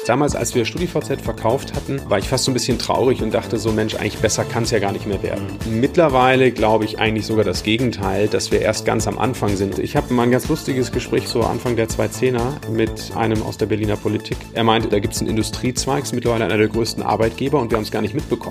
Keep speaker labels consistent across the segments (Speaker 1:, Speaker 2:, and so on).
Speaker 1: Damals, als wir StudiVZ verkauft hatten, war ich fast so ein bisschen traurig und dachte so, Mensch, eigentlich besser kann es ja gar nicht mehr werden. Mittlerweile glaube ich eigentlich sogar das Gegenteil, dass wir erst ganz am Anfang sind. Ich habe mal ein ganz lustiges Gespräch so Anfang der 2010er mit einem aus der Berliner Politik. Er meinte, da gibt es einen Industriezweig, ist mittlerweile einer der größten Arbeitgeber und wir haben es gar nicht mitbekommen.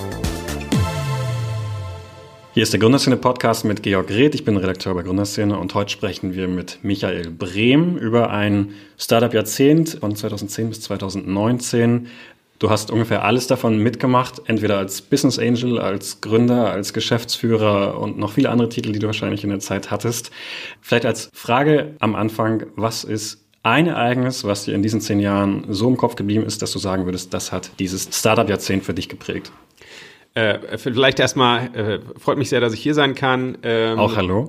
Speaker 2: Hier ist der Gründerszene-Podcast mit Georg Reth. Ich bin Redakteur bei Gründerszene und heute sprechen wir mit Michael Brehm über ein Startup-Jahrzehnt von 2010 bis 2019. Du hast ungefähr alles davon mitgemacht, entweder als Business Angel, als Gründer, als Geschäftsführer und noch viele andere Titel, die du wahrscheinlich in der Zeit hattest. Vielleicht als Frage am Anfang, was ist ein Ereignis, was dir in diesen 10 Jahren so im Kopf geblieben ist, dass du sagen würdest, das hat dieses Startup-Jahrzehnt für dich geprägt?
Speaker 1: Vielleicht erstmal, freut mich sehr, dass ich hier sein kann.
Speaker 2: Auch hallo.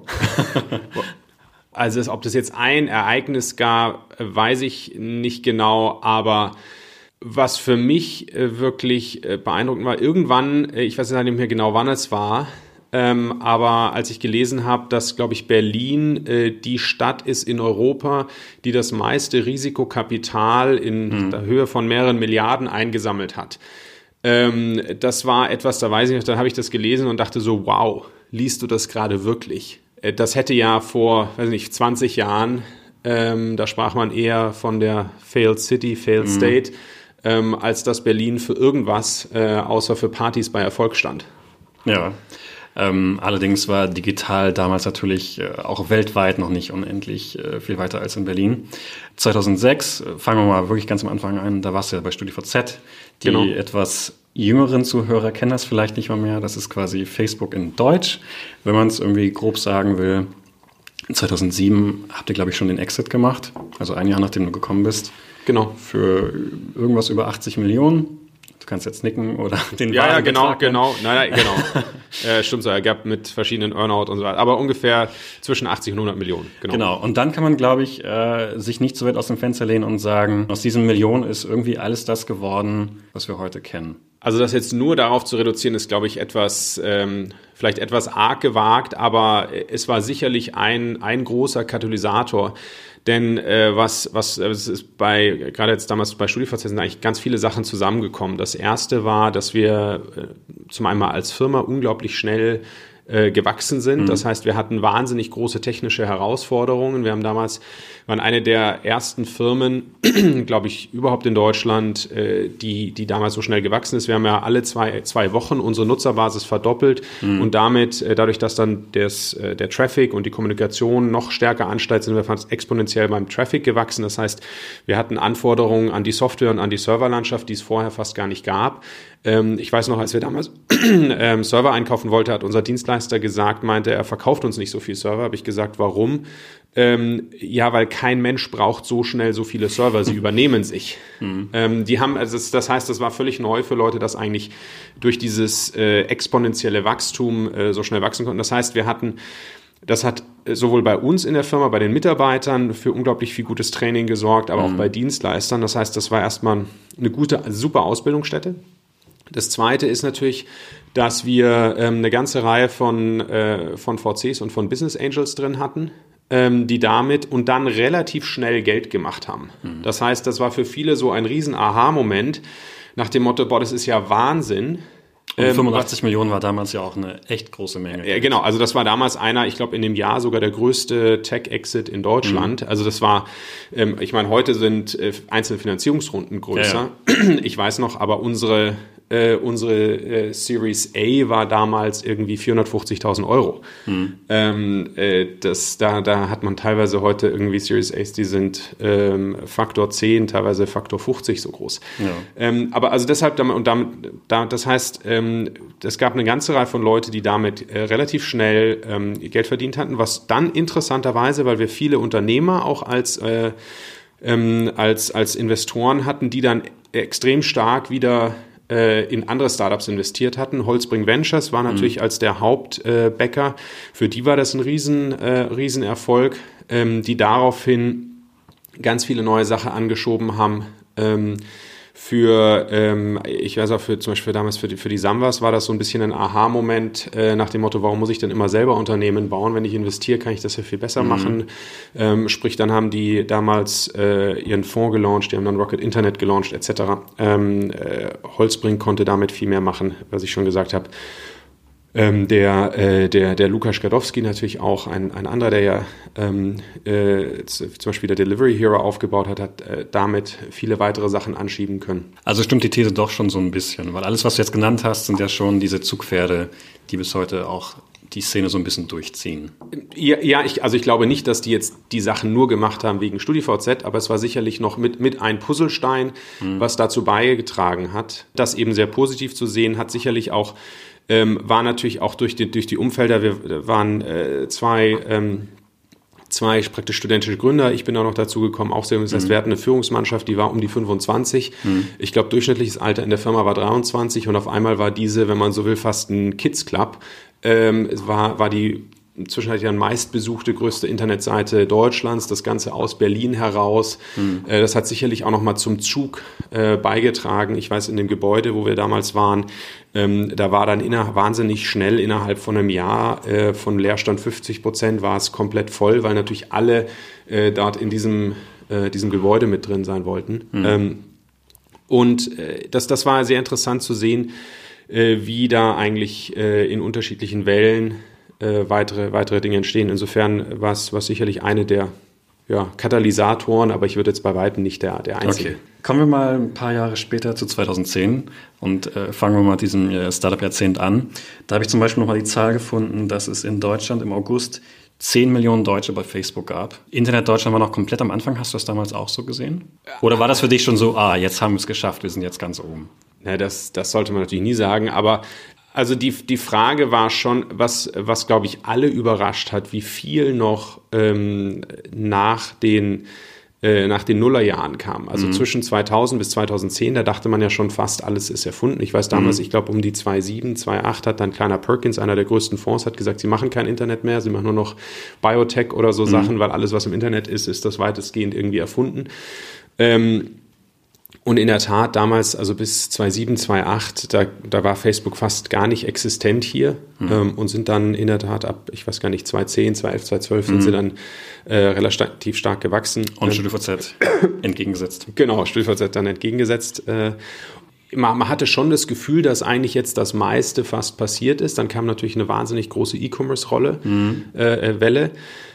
Speaker 1: Also ob das jetzt ein Ereignis gab, weiß ich nicht genau, aber was für mich wirklich beeindruckend war, irgendwann, ich weiß nicht mehr genau, wann es war, aber als ich gelesen habe, dass, glaube ich, Berlin die Stadt ist in Europa, die das meiste Risikokapital in der Höhe von mehreren Milliarden eingesammelt hat. Das war etwas, da weiß ich noch, dann habe ich das gelesen und dachte so, wow, liest du das gerade wirklich? Das hätte ja vor, 20 Jahren, da sprach man eher von der Failed City, Failed State, als dass Berlin für irgendwas, außer für Partys bei Erfolg stand.
Speaker 2: Ja, allerdings war digital damals natürlich auch weltweit noch nicht unendlich viel weiter als in Berlin. 2006, fangen wir mal wirklich ganz am Anfang an, da warst du ja bei StudiVZ. Die etwas jüngeren Zuhörer kennen das vielleicht nicht mal mehr. Das ist quasi Facebook in Deutsch, wenn man es irgendwie grob sagen will. 2007 habt ihr, glaube ich, schon den Exit gemacht, also ein Jahr nachdem du gekommen bist.
Speaker 1: Genau.
Speaker 2: Für irgendwas über 80 Millionen. Du kannst jetzt nicken oder den
Speaker 1: Ja, genau. Nein, genau. Stimmt so, er gab mit verschiedenen Earnout und so weiter. Aber ungefähr zwischen 80 und 100 Millionen.
Speaker 2: Genau. Und dann kann man, glaube ich, sich nicht so weit aus dem Fenster lehnen und sagen, aus diesen Millionen ist irgendwie alles das geworden, was wir heute kennen.
Speaker 1: Also das jetzt nur darauf zu reduzieren, ist, glaube ich, vielleicht etwas arg gewagt, aber es war sicherlich ein großer Katalysator. Denn was ist gerade jetzt damals bei StudiVZ sind eigentlich ganz viele Sachen zusammengekommen. Das erste war, dass wir zum einen mal als Firma unglaublich schnell gewachsen sind. Das heißt, wir hatten wahnsinnig große technische Herausforderungen. Wir waren eine der ersten Firmen, glaube ich, überhaupt in Deutschland, die damals so schnell gewachsen ist. Wir haben ja alle zwei Wochen unsere Nutzerbasis verdoppelt und dadurch, dass dann der Traffic und die Kommunikation noch stärker ansteigt, sind wir fast exponentiell beim Traffic gewachsen. Das heißt, wir hatten Anforderungen an die Software und an die Serverlandschaft, die es vorher fast gar nicht gab. Ich weiß noch, als wir damals Server einkaufen wollten, hat unser Dienstleister meinte, er verkauft uns nicht so viel Server. Habe ich gesagt, warum? Ja, weil kein Mensch braucht so schnell so viele Server, sie übernehmen sich. Die haben, das heißt, das war völlig neu für Leute, dass eigentlich durch dieses exponentielle Wachstum so schnell wachsen konnten. Das heißt, das hat sowohl bei uns in der Firma, bei den Mitarbeitern für unglaublich viel gutes Training gesorgt, aber auch bei Dienstleistern. Das heißt, das war erstmal eine super Ausbildungsstätte. Das Zweite ist natürlich, dass wir eine ganze Reihe von VCs und von Business Angels drin hatten, die damit und dann relativ schnell Geld gemacht haben. Das heißt, das war für viele so ein riesen Aha-Moment nach dem Motto, boah, das ist ja Wahnsinn.
Speaker 2: Und 85 Millionen war damals ja auch eine echt große Menge.
Speaker 1: Genau, also das war damals ich glaube in dem Jahr sogar der größte Tech-Exit in Deutschland. Also das war, ich meine, heute sind einzelne Finanzierungsrunden größer. Ja. Ich weiß noch, aber unsere Series A war damals irgendwie 450.000 Euro. Da hat man teilweise heute irgendwie Series A's, die sind Faktor 10, teilweise Faktor 50 so groß. Ja. Aber also deshalb, das heißt, es gab eine ganze Reihe von Leuten, die damit relativ schnell Geld verdient hatten, was dann interessanterweise, weil wir viele Unternehmer auch als Investoren hatten, die dann extrem stark wieder in andere Startups investiert hatten. Holzbring Ventures war natürlich als der Hauptbacker. Für die war das ein Riesenerfolg, die daraufhin ganz viele neue Sachen angeschoben haben. ich weiß auch, zum Beispiel damals für die Samwas war das so ein bisschen ein Aha-Moment nach dem Motto, warum muss ich denn immer selber Unternehmen bauen? Wenn ich investiere, kann ich das ja viel besser machen. Sprich, dann haben die damals ihren Fonds gelauncht, die haben dann Rocket Internet gelauncht etc. Holzbrink konnte damit viel mehr machen, was ich schon gesagt habe. Der Lukas Gadowski natürlich auch, ein anderer, der ja zum Beispiel der Delivery Hero aufgebaut hat damit viele weitere Sachen anschieben können.
Speaker 2: Also stimmt die These doch schon so ein bisschen, weil alles, was du jetzt genannt hast, sind ja schon diese Zugpferde, die bis heute auch die Szene so ein bisschen durchziehen.
Speaker 1: Ja, ich glaube nicht, dass die jetzt die Sachen nur gemacht haben wegen StudiVZ, aber es war sicherlich noch mit ein Puzzlestein, was dazu beigetragen hat, das eben sehr positiv zu sehen, hat sicherlich auch war natürlich auch durch die Umfelder, wir waren zwei praktisch studentische Gründer, ich bin auch noch dazu gekommen, auch sehr, das heißt, wir hatten eine Führungsmannschaft, die war um die 25. Ich glaube, durchschnittliches Alter in der Firma war 23 und auf einmal war diese, wenn man so will, fast ein Kids Club. Es war die zwischenzeitlich dann meistbesuchte größte Internetseite Deutschlands, das Ganze aus Berlin heraus. Das hat sicherlich auch nochmal zum Zug beigetragen. Ich weiß, in dem Gebäude, wo wir damals waren, da war dann wahnsinnig schnell innerhalb von einem Jahr von Leerstand 50% war es komplett voll, weil natürlich alle dort in diesem Gebäude mit drin sein wollten. Und das war sehr interessant zu sehen, wie da eigentlich in unterschiedlichen Wellen weitere Dinge entstehen. Insofern war es sicherlich eine der Katalysatoren, aber ich würde jetzt bei weitem nicht der einzige.
Speaker 2: Okay. Kommen wir mal ein paar Jahre später zu 2010 und fangen wir mal mit diesem Startup-Jahrzehnt an. Da habe ich zum Beispiel nochmal die Zahl gefunden, dass es in Deutschland im August 10 Millionen Deutsche bei Facebook gab. Internet Deutschland war noch komplett am Anfang. Hast du das damals auch so gesehen? Oder war das für dich schon so, jetzt haben wir es geschafft, wir sind jetzt ganz oben?
Speaker 1: Ja, das sollte man natürlich nie sagen, aber also die Frage war schon, was glaube ich alle überrascht hat, wie viel noch nach den Nullerjahren kam. Also zwischen 2000 bis 2010, da dachte man ja schon fast, alles ist erfunden. Ich weiß damals, ich glaube um die 2007, 2008 hat dann Kleiner Perkins, einer der größten Fonds, hat gesagt, sie machen kein Internet mehr, sie machen nur noch Biotech oder so Sachen, weil alles, was im Internet ist das weitestgehend irgendwie erfunden. Und in der Tat damals, also bis 2007, 2008, da war Facebook fast gar nicht existent hier und sind dann in der Tat ab, ich weiß gar nicht, 2010, 2011, 2012 sind sie dann relativ stark gewachsen.
Speaker 2: Und StudiVZ entgegengesetzt.
Speaker 1: Genau, StudiVZ dann entgegengesetzt. Man hatte schon das Gefühl, dass eigentlich jetzt das meiste fast passiert ist. Dann kam natürlich eine wahnsinnig große E-Commerce-Welle.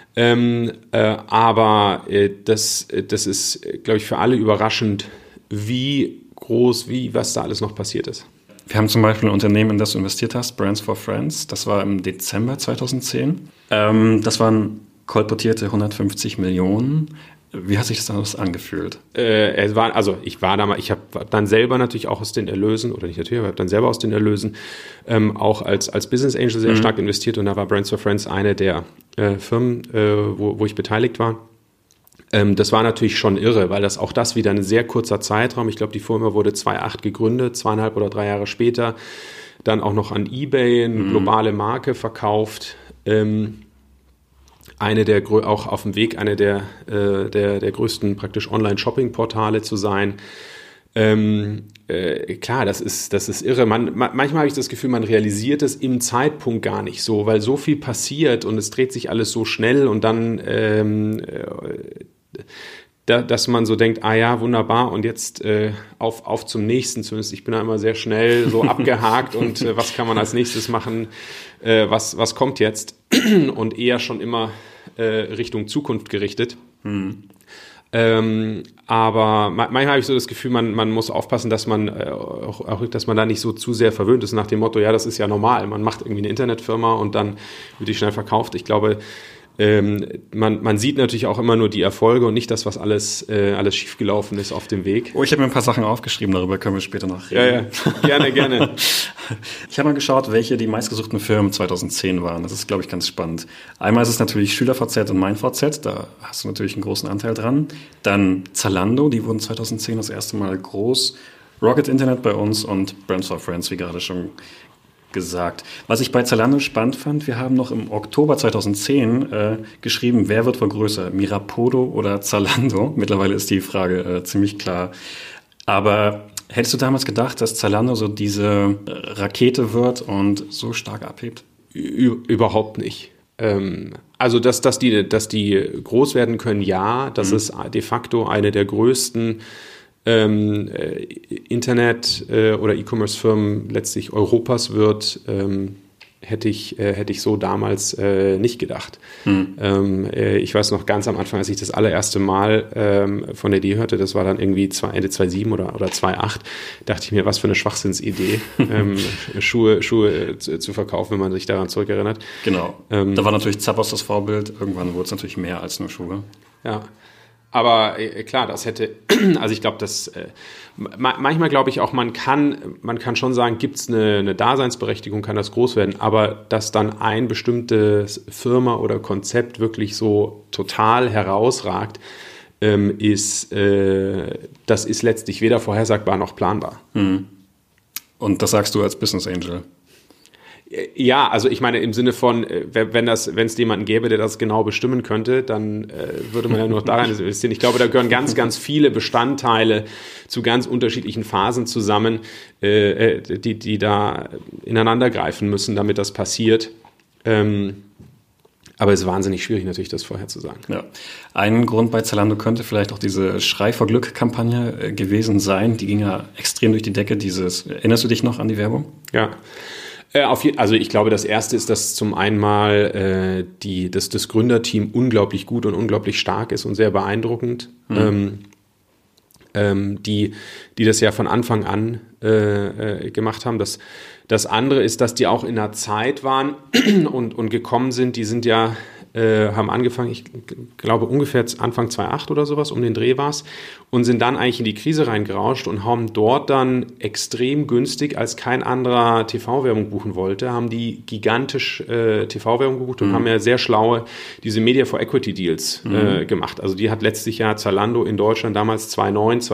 Speaker 1: Aber das ist, glaube ich, für alle überraschend, wie groß, was da alles noch passiert ist.
Speaker 2: Wir haben zum Beispiel ein Unternehmen, in das du investiert hast, Brands for Friends. Das war im Dezember 2010. Das waren kolportierte 150 Millionen. Wie hat sich das damals angefühlt?
Speaker 1: Ich habe dann selber natürlich auch aus den Erlösen, oder nicht natürlich, aber habe dann selber aus den Erlösen auch als Business Angel sehr stark investiert. Und da war Brands for Friends eine der Firmen, wo ich beteiligt war. Das war natürlich schon irre, weil das wieder ein sehr kurzer Zeitraum, ich glaube, die Firma wurde 2008 gegründet, 2,5 oder 3 Jahre später, dann auch noch an eBay, eine globale Marke verkauft, auch auf dem Weg, eine der größten praktisch Online-Shopping-Portale zu sein. Klar, das ist irre. Manchmal habe ich das Gefühl, man realisiert es im Zeitpunkt gar nicht so, weil so viel passiert und es dreht sich alles so schnell und dann dass man so denkt, ja, wunderbar, und jetzt auf zum nächsten. Zumindest ich bin da immer sehr schnell so abgehakt und was kann man als nächstes machen, was kommt jetzt, und eher schon immer Richtung Zukunft gerichtet. Aber manchmal habe ich so das Gefühl, man muss aufpassen, dass man dass man da nicht so zu sehr verwöhnt ist nach dem Motto, ja, das ist ja normal, man macht irgendwie eine Internetfirma und dann wird die schnell verkauft. Ich glaube, man sieht natürlich auch immer nur die Erfolge und nicht das, was alles schiefgelaufen ist auf dem Weg.
Speaker 2: Ich habe mir ein paar Sachen aufgeschrieben, darüber können wir später noch reden.
Speaker 1: Ja, gerne.
Speaker 2: Ich habe mal geschaut, welche die meistgesuchten Firmen 2010 waren. Das ist, glaube ich, ganz spannend. Einmal ist es natürlich SchülerVZ und MeinVZ, da hast du natürlich einen großen Anteil dran. Dann Zalando, die wurden 2010 das erste Mal groß. Rocket Internet bei uns und Brands for Friends, wie gerade schon gesagt. Was ich bei Zalando spannend fand, wir haben noch im Oktober 2010 geschrieben, wer wird wohl größer, Mirapodo oder Zalando? Mittlerweile ist die Frage ziemlich klar. Aber Hättest du damals gedacht, dass Zalando so diese Rakete wird und so stark abhebt?
Speaker 1: Überhaupt nicht. Also, dass die groß werden können, ja. Das ist de facto eine der größten Internet- oder E-Commerce-Firmen letztlich Europas wird, hätte ich so damals nicht gedacht. Ich weiß noch ganz am Anfang, als ich das allererste Mal von der Idee hörte, das war dann irgendwie Ende 2007 oder 2008, dachte ich mir, was für eine Schwachsinnsidee, Schuhe zu verkaufen, wenn man sich daran zurückerinnert.
Speaker 2: Genau. Da war natürlich Zappos das Vorbild. Irgendwann wurde es natürlich mehr als nur Schuhe.
Speaker 1: Ja. Aber klar, das hätte, also ich glaube, manchmal glaube ich auch, man kann schon sagen, gibt es eine Daseinsberechtigung, kann das groß werden, aber dass dann ein bestimmtes Firma oder Konzept wirklich so total herausragt, das ist letztlich weder vorhersagbar noch planbar.
Speaker 2: Und das sagst du als Business Angel?
Speaker 1: Ja, also ich meine im Sinne von, wenn es jemanden gäbe, der das genau bestimmen könnte, dann würde man ja nur noch daran investieren. Ich glaube, da gehören ganz, ganz viele Bestandteile zu ganz unterschiedlichen Phasen zusammen, die da ineinander greifen müssen, damit das passiert. Aber es ist wahnsinnig schwierig natürlich, das vorherzusagen.
Speaker 2: Ja. Ein Grund bei Zalando könnte vielleicht auch diese Schrei vor Glück-Kampagne gewesen sein. Die ging ja extrem durch die Decke. Erinnerst du dich noch an die Werbung?
Speaker 1: Ja. Also ich glaube, das Erste ist, dass zum einen mal das Gründerteam unglaublich gut und unglaublich stark ist und sehr beeindruckend. Die das ja von Anfang an gemacht haben. Das andere ist, dass die auch in einer Zeit waren und gekommen sind, die sind ja haben angefangen, ich glaube ungefähr Anfang 2008 oder sowas, um den Dreh war es, und sind dann eigentlich in die Krise reingerauscht und haben dort dann extrem günstig, als kein anderer TV-Werbung buchen wollte, haben die gigantisch TV-Werbung gebucht und haben ja sehr schlaue diese Media for Equity Deals gemacht. Also die hat letztlich ja Zalando in Deutschland damals 2009,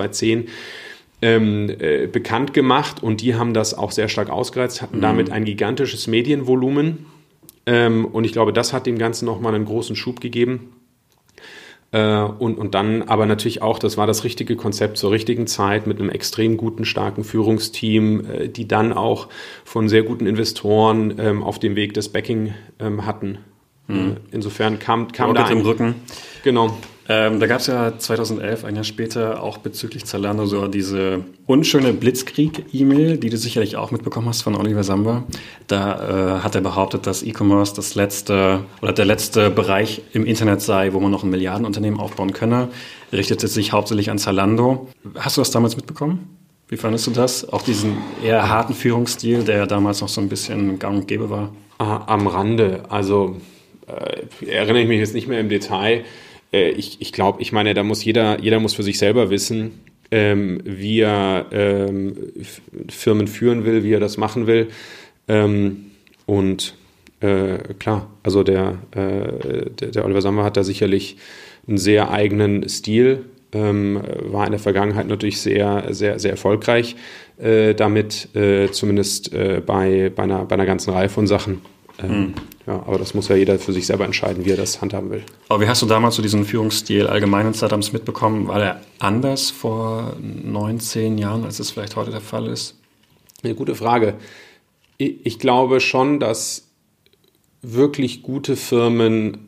Speaker 1: 2010 bekannt gemacht und die haben das auch sehr stark ausgereizt, hatten damit ein gigantisches Medienvolumen. Und ich glaube, das hat dem Ganzen nochmal einen großen Schub gegeben. Und dann aber natürlich auch, das war das richtige Konzept zur richtigen Zeit mit einem extrem guten, starken Führungsteam, die dann auch von sehr guten Investoren auf dem Weg des Backing hatten. Insofern kam da
Speaker 2: im Rücken.
Speaker 1: Genau.
Speaker 2: Da gab es ja 2011, ein Jahr später, auch bezüglich Zalando so diese unschöne Blitzkrieg-E-Mail, die du sicherlich auch mitbekommen hast von Oliver Samba. Da hat er behauptet, dass E-Commerce der letzte Bereich im Internet sei, wo man noch ein Milliardenunternehmen aufbauen könne. Richtete sich hauptsächlich an Zalando. Hast du das damals mitbekommen? Wie fandest du das? Auch diesen eher harten Führungsstil, der damals noch so ein bisschen gang und gäbe war?
Speaker 1: Am Rande. Also erinnere ich mich jetzt nicht mehr im Detail. Ich glaube, da muss jeder muss für sich selber wissen, wie er Firmen führen will, wie er das machen will. Klar, also der Oliver Samba hat da sicherlich einen sehr eigenen Stil, war in der Vergangenheit natürlich sehr, sehr, sehr erfolgreich damit, zumindest bei einer ganzen Reihe von Sachen. Ja, aber das muss ja jeder für sich selber entscheiden, wie er das handhaben will.
Speaker 2: Aber wie hast du damals so diesen Führungsstil allgemein in Saddams mitbekommen? War der anders vor 9-10 Jahren, als es vielleicht heute der Fall ist?
Speaker 1: Eine gute Frage. Ich glaube schon, dass wirklich gute Firmen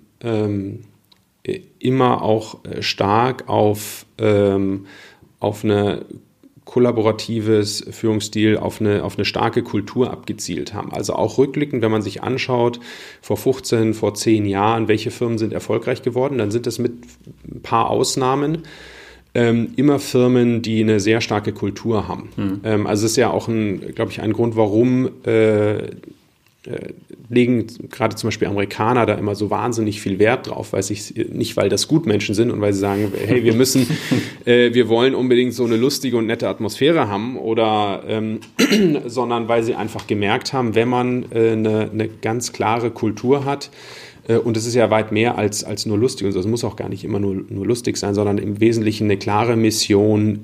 Speaker 1: immer auch stark auf eine kollaboratives Führungsstil, auf eine starke Kultur abgezielt haben. Also auch rückblickend, wenn man sich anschaut, vor 10 Jahren, welche Firmen sind erfolgreich geworden, dann sind es mit ein paar Ausnahmen immer Firmen, die eine sehr starke Kultur haben. Also es ist ja auch, glaube ich, ein Grund, warum legen gerade zum Beispiel Amerikaner da immer so wahnsinnig viel Wert drauf, nicht, weil das Gutmenschen sind und weil sie sagen, hey, wir wollen unbedingt so eine lustige und nette Atmosphäre haben sondern weil sie einfach gemerkt haben, wenn man eine ganz klare Kultur hat, und es ist ja weit mehr als nur lustig, und es muss auch gar nicht immer nur lustig sein, sondern im Wesentlichen eine klare Mission,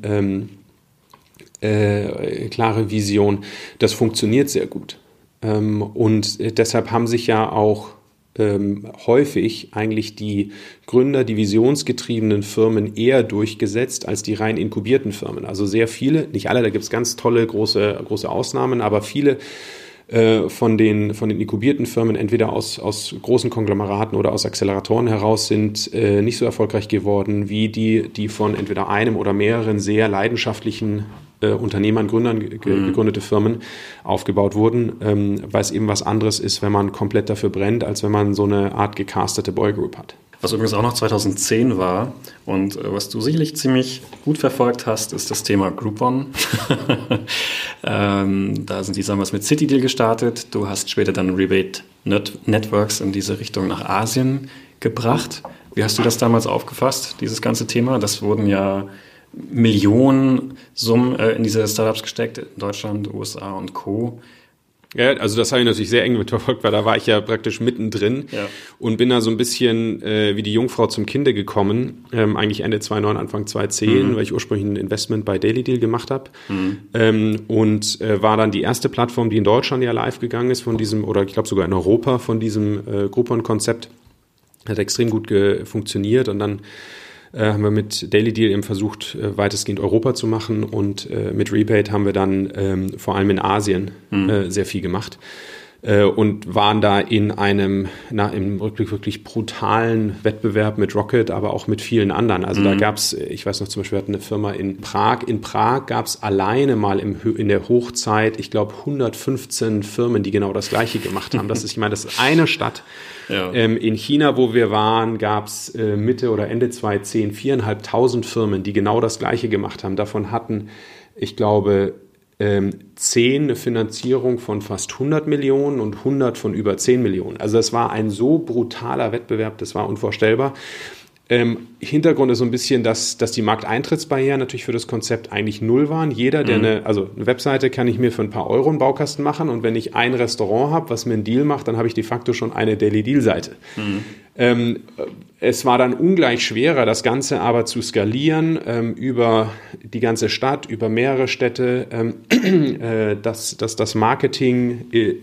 Speaker 1: klare Vision, das funktioniert sehr gut. Und deshalb haben sich ja auch häufig eigentlich die Gründer, die visionsgetriebenen Firmen eher durchgesetzt als die rein inkubierten Firmen. Also sehr viele, nicht alle, da gibt es ganz tolle, große Ausnahmen, aber viele von den inkubierten Firmen entweder aus großen Konglomeraten oder aus Acceleratoren heraus sind nicht so erfolgreich geworden wie die von entweder einem oder mehreren sehr leidenschaftlichen Unternehmern, Gründern gegründete Firmen aufgebaut wurden, weil es eben was anderes ist, wenn man komplett dafür brennt, als wenn man so eine Art gecastete Boygroup hat.
Speaker 2: Was übrigens auch noch 2010 war und was du sicherlich ziemlich gut verfolgt hast, ist das Thema Groupon. Da sind die damals mit CityDeal gestartet. Du hast später dann Rebate Networks in diese Richtung nach Asien gebracht. Wie hast du das damals aufgefasst, dieses ganze Thema? Das wurden ja Millionensummen in diese Startups gesteckt, in Deutschland, USA und Co.
Speaker 1: Ja, also das habe ich natürlich sehr eng mitverfolgt, weil da war ich ja praktisch mittendrin und bin da so ein bisschen wie die Jungfrau zum Kinde gekommen, eigentlich Ende 2009, Anfang 2010, weil ich ursprünglich ein Investment bei DailyDeal gemacht habe und war dann die erste Plattform, die in Deutschland ja live gegangen ist von diesem, oder ich glaube sogar in Europa von diesem Groupon-Konzept. Hat extrem gut funktioniert und dann haben wir mit DailyDeal eben versucht, weitestgehend Europa zu machen und mit Rebate haben wir dann vor allem in Asien sehr viel gemacht und waren da in einem, im Rückblick wirklich brutalen Wettbewerb mit Rocket, aber auch mit vielen anderen. Also da gab es, ich weiß noch zum Beispiel, wir hatten eine Firma in Prag. In Prag gab es alleine mal in der Hochzeit, ich glaube, 115 Firmen, die genau das Gleiche gemacht haben. Das ist eine Stadt. Ja. In China, wo wir waren, gab es Mitte oder Ende 2010 4.500 Firmen, die genau das Gleiche gemacht haben. Davon hatten, ich glaube, 10 eine Finanzierung von fast 100 Millionen und 100 von über 10 Millionen. Also das war ein so brutaler Wettbewerb, das war unvorstellbar. Hintergrund ist so ein bisschen, dass die Markteintrittsbarrieren natürlich für das Konzept eigentlich null waren. Jeder, der eine Webseite kann ich mir für ein paar Euro einen Baukasten machen und wenn ich ein Restaurant habe, was mir einen Deal macht, dann habe ich de facto schon eine Daily-Deal-Seite. Es war dann ungleich schwerer, das Ganze aber zu skalieren über die ganze Stadt, über mehrere Städte, dass das Marketing,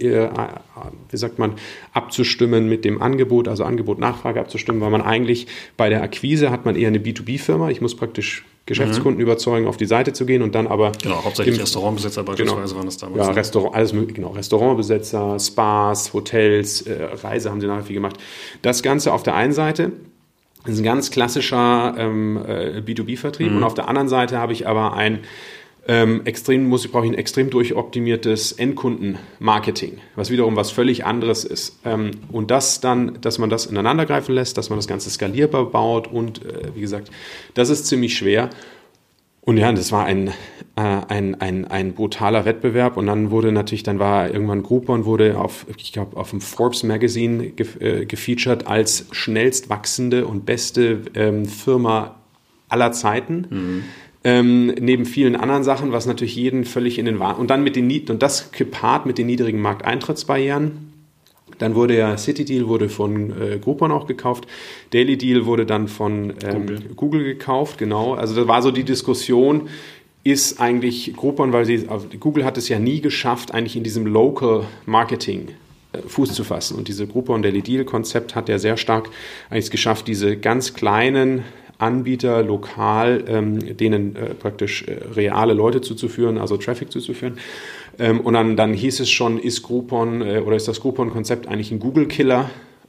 Speaker 1: abzustimmen mit dem Angebot, also Angebot-Nachfrage abzustimmen, weil man eigentlich bei der Akquise hat man eher eine B2B-Firma. Ich muss praktisch Geschäftskunden überzeugen, auf die Seite zu gehen und dann aber...
Speaker 2: Genau, hauptsächlich Restaurantbesitzer beispielsweise waren das damals.
Speaker 1: Ja, alles mögliche, genau. Restaurantbesitzer, Spas, Hotels, Reise haben sie nachher viel gemacht. Das Ganze auf der einen Seite ist ein ganz klassischer B2B-Vertrieb und auf der anderen Seite habe ich aber ein brauche ich ein extrem durchoptimiertes Endkundenmarketing, was wiederum was völlig anderes ist. Und das dann, dass man das ineinander greifen lässt, dass man das Ganze skalierbar baut und wie gesagt, das ist ziemlich schwer. Und ja, das war ein brutaler Wettbewerb und dann war irgendwann Groupon auf dem Forbes Magazine gefeatured als schnellst wachsende und beste Firma aller Zeiten. Neben vielen anderen Sachen, was natürlich jeden völlig in den Wahn. Und dann das gepaart mit den niedrigen Markteintrittsbarrieren. Dann wurde ja CityDeal von Groupon auch gekauft. DailyDeal wurde dann von Google gekauft, genau. Also das war so die Diskussion, ist eigentlich Groupon, Google hat es ja nie geschafft, eigentlich in diesem Local Marketing Fuß zu fassen. Und diese Groupon-DailyDeal-Konzept hat ja sehr stark eigentlich geschafft, diese ganz kleinen Anbieter lokal, denen praktisch reale Leute zuzuführen, also Traffic zuzuführen. Und dann hieß es schon, ist das Groupon-Konzept eigentlich ein Google-Killer?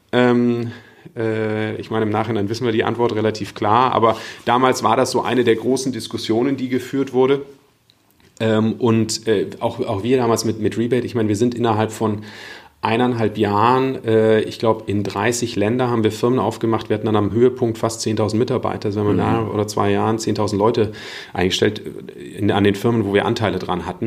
Speaker 1: Ich meine, im Nachhinein wissen wir die Antwort relativ klar, aber damals war das so eine der großen Diskussionen, die geführt wurde. Auch wir damals mit Rebate, ich meine, wir sind innerhalb von 1,5 Jahren, ich glaube, in 30 Länder haben wir Firmen aufgemacht. Wir hatten dann am Höhepunkt fast 10.000 Mitarbeiter. Also wenn wir in 1 oder 2 Jahren 10.000 Leute eingestellt an den Firmen, wo wir Anteile dran hatten.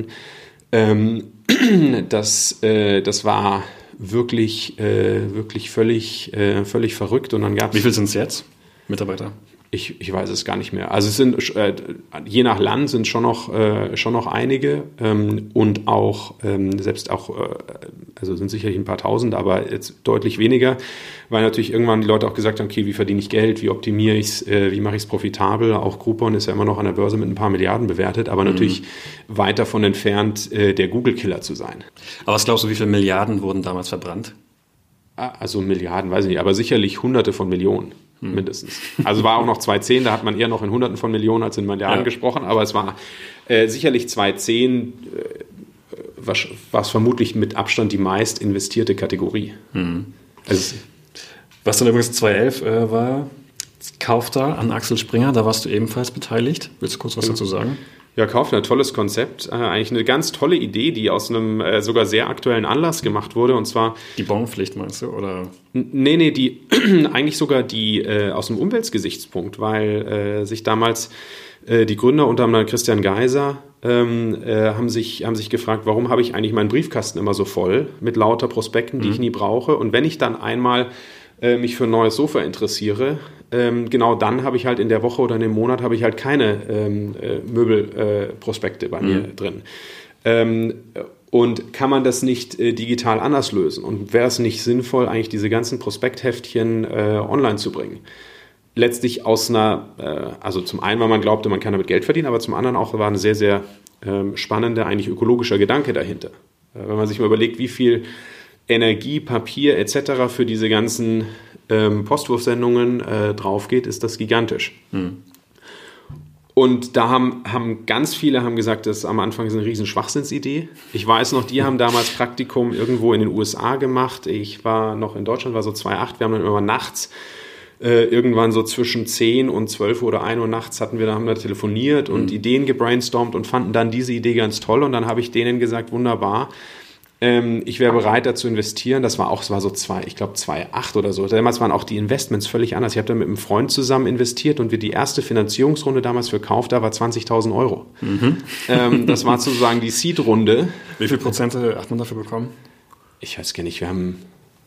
Speaker 1: Das war wirklich völlig verrückt. Und dann gab's.
Speaker 2: Wie viel sind es jetzt, Mitarbeiter?
Speaker 1: Ich weiß es gar nicht mehr. Also es sind je nach Land sind schon noch einige und auch also sind sicherlich ein paar Tausend, aber jetzt deutlich weniger, weil natürlich irgendwann die Leute auch gesagt haben, okay, wie verdiene ich Geld, wie optimiere ich es, wie mache ich es profitabel? Auch Groupon ist ja immer noch an der Börse mit ein paar Milliarden bewertet, aber natürlich weit davon entfernt, der Google-Killer zu sein.
Speaker 2: Aber was glaubst du, wie viele Milliarden wurden damals verbrannt?
Speaker 1: Also Milliarden, weiß ich nicht, aber sicherlich Hunderte von Millionen mindestens. Also war auch noch 2010, da hat man eher noch in Hunderten von Millionen als in Milliarden gesprochen, aber es war sicherlich 2010, was vermutlich mit Abstand die meist investierte Kategorie. Also,
Speaker 2: was dann übrigens 2011 war, Kaufda an Axel Springer, da warst du ebenfalls beteiligt. Willst du kurz was dazu sagen?
Speaker 1: Ja, Kaufda, tolles Konzept. Eigentlich eine ganz tolle Idee, die aus einem sogar sehr aktuellen Anlass gemacht wurde. Und zwar
Speaker 2: die Bonpflicht meinst du? Oder?
Speaker 1: Nee, die eigentlich sogar die aus dem Umweltgesichtspunkt, weil sich damals die Gründer unter anderem Christian Geiser haben sich gefragt, warum habe ich eigentlich meinen Briefkasten immer so voll mit lauter Prospekten, die ich nie brauche. Und wenn ich dann einmal mich für ein neues Sofa interessiere, genau dann habe ich halt in der Woche oder in dem Monat habe ich halt keine Möbelprospekte bei mir drin. Und kann man das nicht digital anders lösen? Und wäre es nicht sinnvoll, eigentlich diese ganzen Prospektheftchen online zu bringen? Letztlich aus also zum einen, weil man glaubte, man kann damit Geld verdienen, aber zum anderen auch war ein sehr, sehr spannender, eigentlich ökologischer Gedanke dahinter. Wenn man sich mal überlegt, wie viel Energie, Papier etc. für diese ganzen Postwurfsendungen drauf geht, ist das gigantisch. Und da haben ganz viele gesagt, das am Anfang ist eine riesen Schwachsinnsidee. Ich weiß noch, die haben damals Praktikum irgendwo in den USA gemacht. Ich war noch in Deutschland, war so 2008. Wir haben dann immer nachts, irgendwann so zwischen 10 und 12 Uhr oder 1 Uhr nachts haben wir telefoniert und Ideen gebrainstormt und fanden dann diese Idee ganz toll. Und dann habe ich denen gesagt, wunderbar, ich wäre bereit, da zu investieren. Es war so 2008 oder so. Damals waren auch die Investments völlig anders. Ich habe da mit einem Freund zusammen investiert und die erste Finanzierungsrunde damals für Kaufda war 20.000 Euro. Das war sozusagen die Seed-Runde.
Speaker 2: Wie viel Prozent hat man dafür bekommen?
Speaker 1: Ich weiß gar nicht. Wir haben,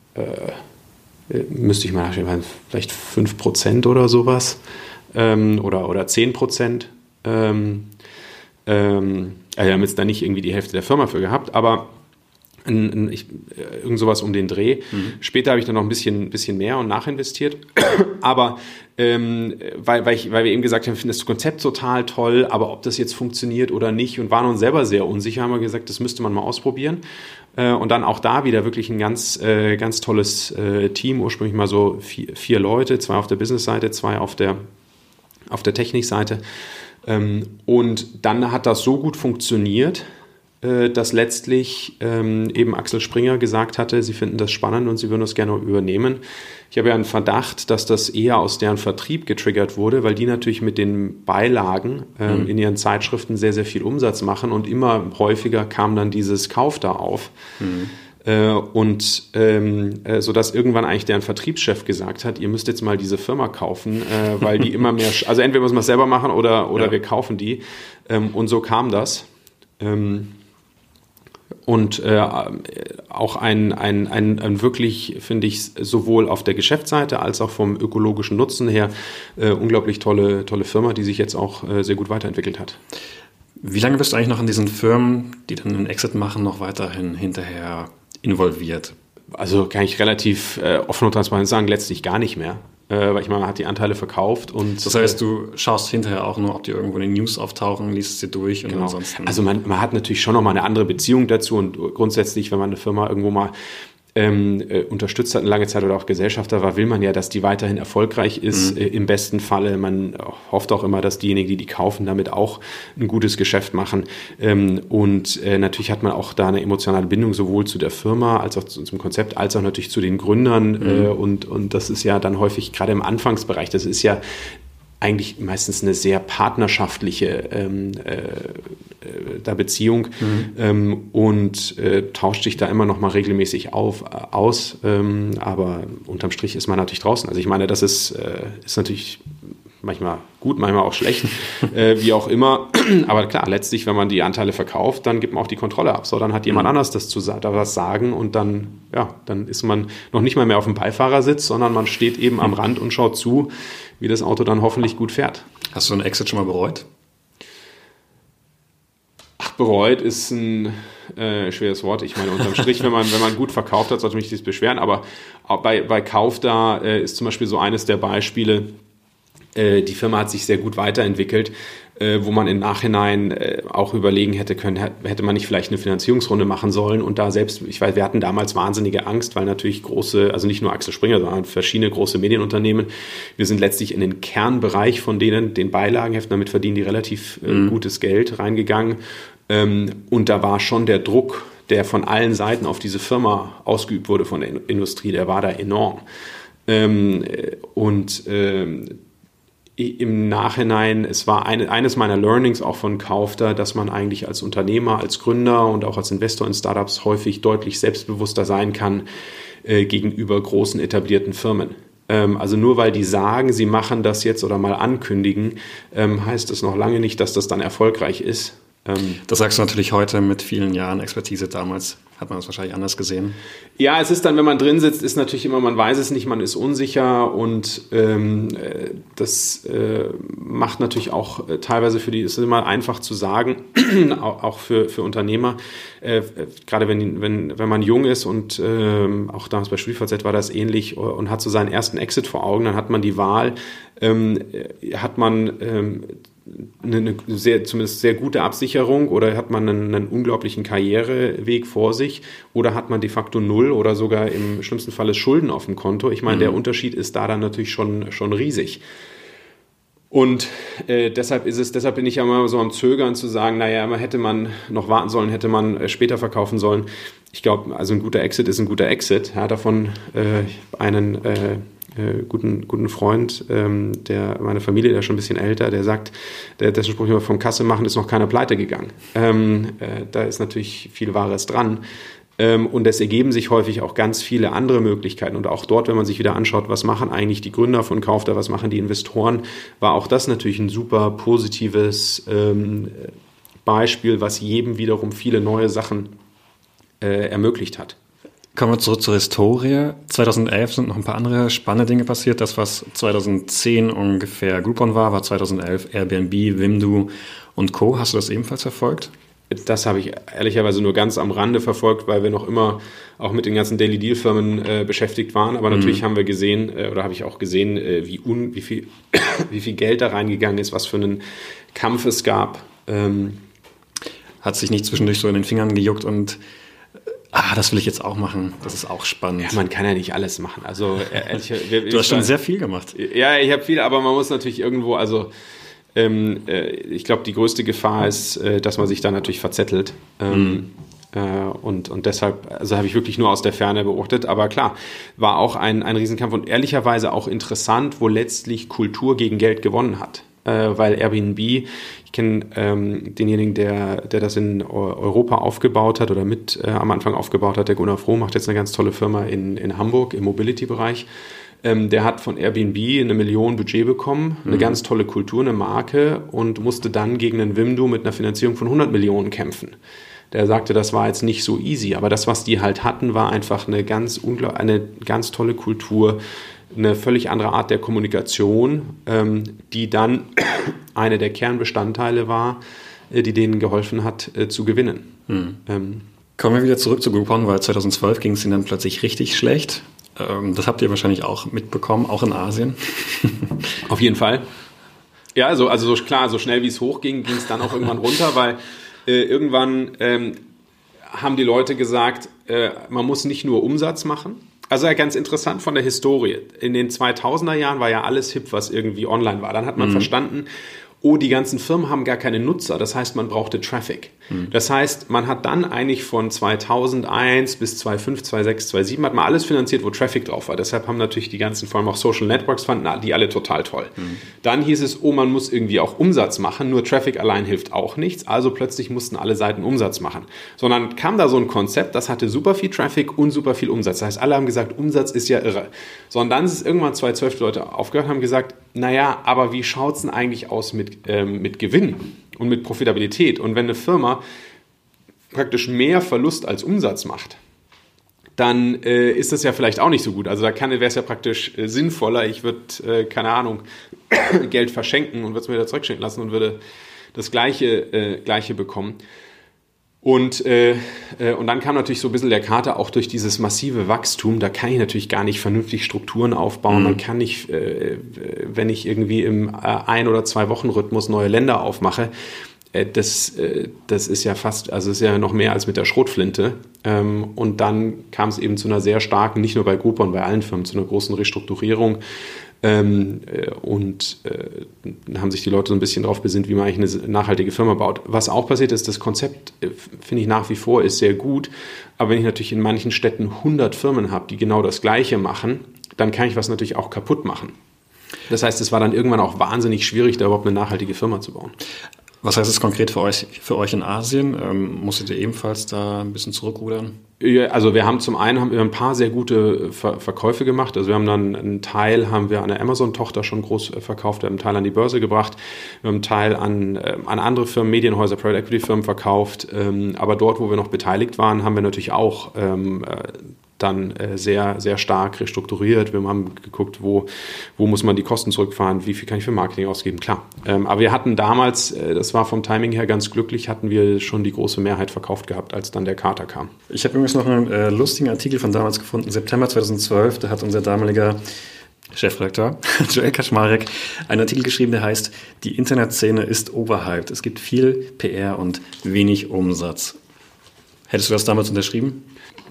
Speaker 1: müsste ich mal nachschauen, vielleicht 5% oder sowas. Oder 10%. Wir haben jetzt da nicht irgendwie die Hälfte der Firma für gehabt, aber irgend sowas um den Dreh. Später habe ich dann noch ein bisschen mehr und nachinvestiert. Aber weil wir eben gesagt haben, wir finden das Konzept total toll, aber ob das jetzt funktioniert oder nicht und waren uns selber sehr unsicher, haben wir gesagt, das müsste man mal ausprobieren. Und dann auch da wieder wirklich ein ganz tolles Team, ursprünglich mal so 4 Leute, 2 auf der Business-Seite, 2 auf der Technik-Seite. Und dann hat das so gut funktioniert, dass letztlich eben Axel Springer gesagt hatte, sie finden das spannend und sie würden das gerne übernehmen. Ich habe ja einen Verdacht, dass das eher aus deren Vertrieb getriggert wurde, weil die natürlich mit den Beilagen in ihren Zeitschriften sehr, sehr viel Umsatz machen und immer häufiger kam dann dieses Kauf da auf. Sodass irgendwann eigentlich deren Vertriebschef gesagt hat, ihr müsst jetzt mal diese Firma kaufen, weil die immer mehr, also entweder müssen wir es selber machen oder wir kaufen die. Und so kam das. Und auch ein wirklich, finde ich, sowohl auf der Geschäftsseite als auch vom ökologischen Nutzen her unglaublich tolle Firma, die sich jetzt auch sehr gut weiterentwickelt hat.
Speaker 2: Wie lange bist du eigentlich noch in diesen Firmen, die dann einen Exit machen, noch weiterhin hinterher involviert?
Speaker 1: Also kann ich relativ offen und transparent sagen, letztlich gar nicht mehr. Weil ich meine, man hat die Anteile verkauft. Und
Speaker 2: das heißt, du schaust hinterher auch nur, ob die irgendwo in den News auftauchen, liest sie durch und ansonsten...
Speaker 1: Also man hat natürlich schon nochmal eine andere Beziehung dazu und grundsätzlich, wenn man eine Firma irgendwo mal unterstützt hat eine lange Zeit oder auch Gesellschafter war, will man ja, dass die weiterhin erfolgreich ist, im besten Falle. Man hofft auch immer, dass diejenigen, die kaufen, damit auch ein gutes Geschäft machen. Und natürlich hat man auch da eine emotionale Bindung sowohl zu der Firma als auch zum Konzept, als auch natürlich zu den Gründern. Und das ist ja dann häufig, gerade im Anfangsbereich, das ist ja eigentlich meistens eine sehr partnerschaftliche Beziehung und tauscht sich da immer noch mal regelmäßig aus. Aber unterm Strich ist man natürlich draußen. Also ich meine, das ist natürlich manchmal gut, manchmal auch schlecht, wie auch immer. Aber klar, letztlich, wenn man die Anteile verkauft, dann gibt man auch die Kontrolle ab. So, dann hat jemand anders da was sagen und dann ist man noch nicht mal mehr auf dem Beifahrersitz, sondern man steht eben am Rand und schaut zu, wie das Auto dann hoffentlich gut fährt.
Speaker 2: Hast du einen Exit schon mal bereut?
Speaker 1: Bereut ist ein schweres Wort. Ich meine, unterm Strich, wenn man gut verkauft hat, sollte man sich das beschweren. Aber auch bei Kaufda ist zum Beispiel so eines der Beispiele, die Firma hat sich sehr gut weiterentwickelt. wo man im Nachhinein auch überlegen hätte können, hätte man nicht vielleicht eine Finanzierungsrunde machen sollen und da selbst, ich weiß, wir hatten damals wahnsinnige Angst, weil natürlich große, also nicht nur Axel Springer, sondern verschiedene große Medienunternehmen, wir sind letztlich in den Kernbereich von denen, den Beilagenheften, damit verdienen die relativ gutes Geld reingegangen und da war schon der Druck, der von allen Seiten auf diese Firma ausgeübt wurde von der Industrie, der war da enorm. Im Nachhinein, es war eines meiner Learnings auch von Kaufter, dass man eigentlich als Unternehmer, als Gründer und auch als Investor in Startups häufig deutlich selbstbewusster sein kann gegenüber großen etablierten Firmen. Also nur weil die sagen, sie machen das jetzt oder mal ankündigen, heißt es noch lange nicht, dass das dann erfolgreich ist.
Speaker 2: Das sagst du natürlich heute mit vielen Jahren Expertise. Damals hat man das wahrscheinlich anders gesehen.
Speaker 1: Ja, es ist dann, wenn man drin sitzt, ist natürlich immer, man weiß es nicht, man ist unsicher und das macht natürlich auch teilweise es ist immer einfach zu sagen, auch für Unternehmer, gerade wenn man jung ist und auch damals bei StudiVZ war das ähnlich und hat so seinen ersten Exit vor Augen, dann hat man die Wahl, hat man eine zumindest sehr gute Absicherung oder hat man einen unglaublichen Karriereweg vor sich oder hat man de facto null oder sogar im schlimmsten Fall Schulden auf dem Konto. Ich meine, der Unterschied ist da dann natürlich schon riesig. Und deshalb bin ich ja mal so am Zögern zu sagen, naja, hätte man noch warten sollen, hätte man später verkaufen sollen. Ich glaube, also ein guter Exit ist ein guter Exit. Ja, davon einen guten Freund, meine Familie, der ist schon ein bisschen älter, der sagt, dessen Spruch immer, vom Kasse machen ist noch keiner pleite gegangen. Da ist natürlich viel Wahres dran. Und es ergeben sich häufig auch ganz viele andere Möglichkeiten. Und auch dort, wenn man sich wieder anschaut, was machen eigentlich die Gründer von Kaufter, was machen die Investoren, war auch das natürlich ein super positives Beispiel, was jedem wiederum viele neue Sachen ermöglicht hat.
Speaker 2: Kommen wir zurück zur Historie. 2011 sind noch ein paar andere spannende Dinge passiert. Das, was 2010 ungefähr Groupon war 2011 Airbnb, Wimdu und Co. Hast du das ebenfalls verfolgt?
Speaker 1: Das habe ich ehrlicherweise nur ganz am Rande verfolgt, weil wir noch immer auch mit den ganzen Daily Deal Firmen beschäftigt waren. Aber natürlich haben wir gesehen, oder habe ich auch gesehen, wie viel Geld da reingegangen ist, was für einen Kampf es gab.
Speaker 2: Hat sich nicht zwischendurch so in den Fingern gejuckt und das will ich jetzt auch machen. Das ist auch spannend.
Speaker 1: Ja, man kann ja nicht alles machen. Also ehrlich,
Speaker 2: du hast schon sehr viel gemacht.
Speaker 1: Ja, ich habe viel, aber man muss natürlich irgendwo, ich glaube, die größte Gefahr ist, dass man sich da natürlich verzettelt. Und deshalb, also habe ich wirklich nur aus der Ferne beobachtet. Aber klar, war auch ein Riesenkampf und ehrlicherweise auch interessant, wo letztlich Kultur gegen Geld gewonnen hat. Weil Airbnb, ich kenne denjenigen, der das in Europa aufgebaut hat oder am Anfang aufgebaut hat, der Gunnar Froh, macht jetzt eine ganz tolle Firma in Hamburg im Mobility-Bereich. Der hat von Airbnb 1 Million Budget bekommen, eine ganz tolle Kultur, eine Marke und musste dann gegen einen Wimdu mit einer Finanzierung von 100 Millionen kämpfen. Der sagte, das war jetzt nicht so easy, aber das, was die halt hatten, war einfach eine ganz tolle Kultur, eine völlig andere Art der Kommunikation, die dann eine der Kernbestandteile war, die denen geholfen hat, zu gewinnen.
Speaker 2: Kommen wir wieder zurück zu Groupon, weil 2012 ging es ihnen dann plötzlich richtig schlecht. Das habt ihr wahrscheinlich auch mitbekommen, auch in Asien.
Speaker 1: Auf jeden Fall. Ja, also so schnell wie es hochging, ging es dann auch irgendwann runter, weil irgendwann haben die Leute gesagt, man muss nicht nur Umsatz machen. Also ja, ganz interessant von der Historie. In den 2000er Jahren war ja alles hip, was irgendwie online war. Dann hat man verstanden, die ganzen Firmen haben gar keine Nutzer. Das heißt, man brauchte Traffic. Das heißt, man hat dann eigentlich von 2001 bis 2005, 2006, 2007 hat man alles finanziert, wo Traffic drauf war. Deshalb haben natürlich die ganzen, vor allem auch Social Networks, fanden die alle total toll. Dann hieß es, man muss irgendwie auch Umsatz machen. Nur Traffic allein hilft auch nichts. Also plötzlich mussten alle Seiten Umsatz machen. Sondern kam da so ein Konzept, das hatte super viel Traffic und super viel Umsatz. Das heißt, alle haben gesagt, Umsatz ist ja irre. Sondern dann ist es irgendwann 2012 die Leute aufgehört und haben gesagt, naja, aber wie schaut es denn eigentlich aus mit Gewinn und mit Profitabilität? Und wenn eine Firma praktisch mehr Verlust als Umsatz macht, dann ist das ja vielleicht auch nicht so gut. Also da wäre es ja praktisch sinnvoller, ich würde, keine Ahnung, Geld verschenken und würde es mir wieder zurückschenken lassen und würde das Gleiche bekommen. Und dann kam natürlich so ein bisschen der Kater auch durch dieses massive Wachstum. Da kann ich natürlich gar nicht vernünftig Strukturen aufbauen. Man kann nicht, wenn ich irgendwie im 1- oder 2-Wochen-Rhythmus neue Länder aufmache, das ist ja fast, also ist ja noch mehr als mit der Schrotflinte. Und dann kam es eben zu einer sehr starken, nicht nur bei Groupon, bei allen Firmen, zu einer großen Restrukturierung. Dann haben sich die Leute so ein bisschen darauf besinnt, wie man eigentlich eine nachhaltige Firma baut. Was auch passiert ist, das Konzept, finde ich nach wie vor, ist sehr gut. Aber wenn ich natürlich in manchen Städten 100 Firmen habe, die genau das Gleiche machen, dann kann ich was natürlich auch kaputt machen. Das heißt, es war dann irgendwann auch wahnsinnig schwierig, da überhaupt eine nachhaltige Firma zu bauen.
Speaker 2: Was heißt es konkret für euch in Asien? Musstet ihr ebenfalls da ein bisschen zurückrudern?
Speaker 1: Ja, also wir haben ein paar sehr gute Verkäufe gemacht. Also wir haben dann einen Teil haben wir an der Amazon-Tochter schon groß verkauft, wir haben einen Teil an die Börse gebracht, wir haben einen Teil an andere Firmen, Medienhäuser, Private Equity Firmen verkauft. Aber dort, wo wir noch beteiligt waren, haben wir natürlich auch dann sehr, sehr stark restrukturiert. Wir haben geguckt, wo muss man die Kosten zurückfahren, wie viel kann ich für Marketing ausgeben, klar. Aber wir hatten damals, das war vom Timing her ganz glücklich, hatten wir schon die große Mehrheit verkauft gehabt, als dann der Kater kam.
Speaker 2: Ich habe übrigens noch einen lustigen Artikel von damals gefunden, September 2012, da hat unser damaliger Chefredakteur Joel Kaczmarek einen Artikel geschrieben, der heißt, die Internetszene ist overhyped. Es gibt viel PR und wenig Umsatz. Hättest du das damals unterschrieben?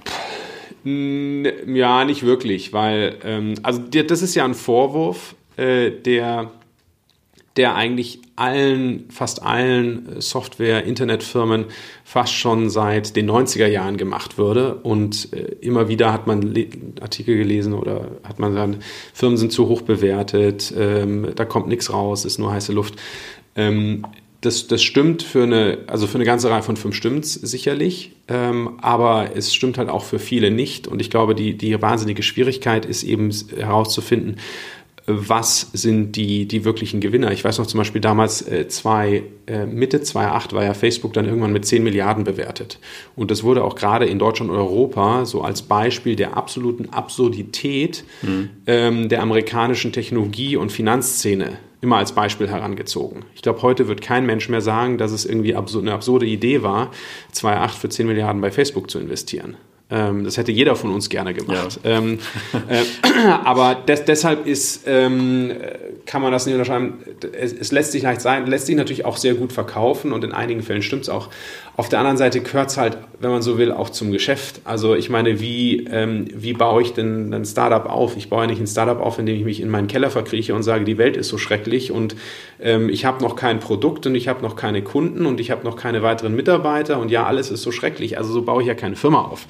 Speaker 1: Ja, nicht wirklich, weil das ist ja ein Vorwurf, der eigentlich fast allen Software-Internetfirmen fast schon seit den 90er Jahren gemacht würde. Und immer wieder hat man Artikel gelesen oder hat man gesagt, Firmen sind zu hoch bewertet, da kommt nichts raus, ist nur heiße Luft. Das stimmt für eine ganze Reihe von Firmen stimmt's sicherlich, aber es stimmt halt auch für viele nicht. Und ich glaube, die wahnsinnige Schwierigkeit ist eben herauszufinden, was sind die wirklichen Gewinner. Ich weiß noch zum Beispiel damals, Mitte 2008 war ja Facebook dann irgendwann mit 10 Milliarden bewertet. Und das wurde auch gerade in Deutschland und Europa so als Beispiel der absoluten Absurdität der amerikanischen Technologie- und Finanzszene immer als Beispiel herangezogen. Ich glaube, heute wird kein Mensch mehr sagen, dass es irgendwie eine absurde Idee war, 2008 für 10 Milliarden bei Facebook zu investieren. Das hätte jeder von uns gerne gemacht. Ja. Aber deshalb kann man das nicht unterscheiden. Es lässt sich leicht sein, lässt sich natürlich auch sehr gut verkaufen und in einigen Fällen stimmt es auch. Auf der anderen Seite gehört es halt, wenn man so will, auch zum Geschäft. Also ich meine, wie baue ich denn ein Startup auf? Ich baue ja nicht ein Startup auf, indem ich mich in meinen Keller verkrieche und sage, die Welt ist so schrecklich und ich habe noch kein Produkt und ich habe noch keine Kunden und ich habe noch keine weiteren Mitarbeiter und ja, alles ist so schrecklich. Also so baue ich ja keine Firma auf.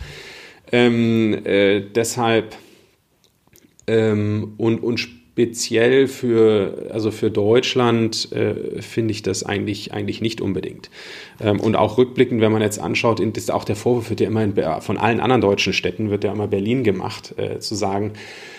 Speaker 1: Deshalb und speziell für Deutschland finde ich das eigentlich nicht unbedingt. Und auch rückblickend, wenn man jetzt anschaut, ist auch der Vorwurf wird ja immer von allen anderen deutschen Städten wird ja immer Berlin gemacht, zu sagen,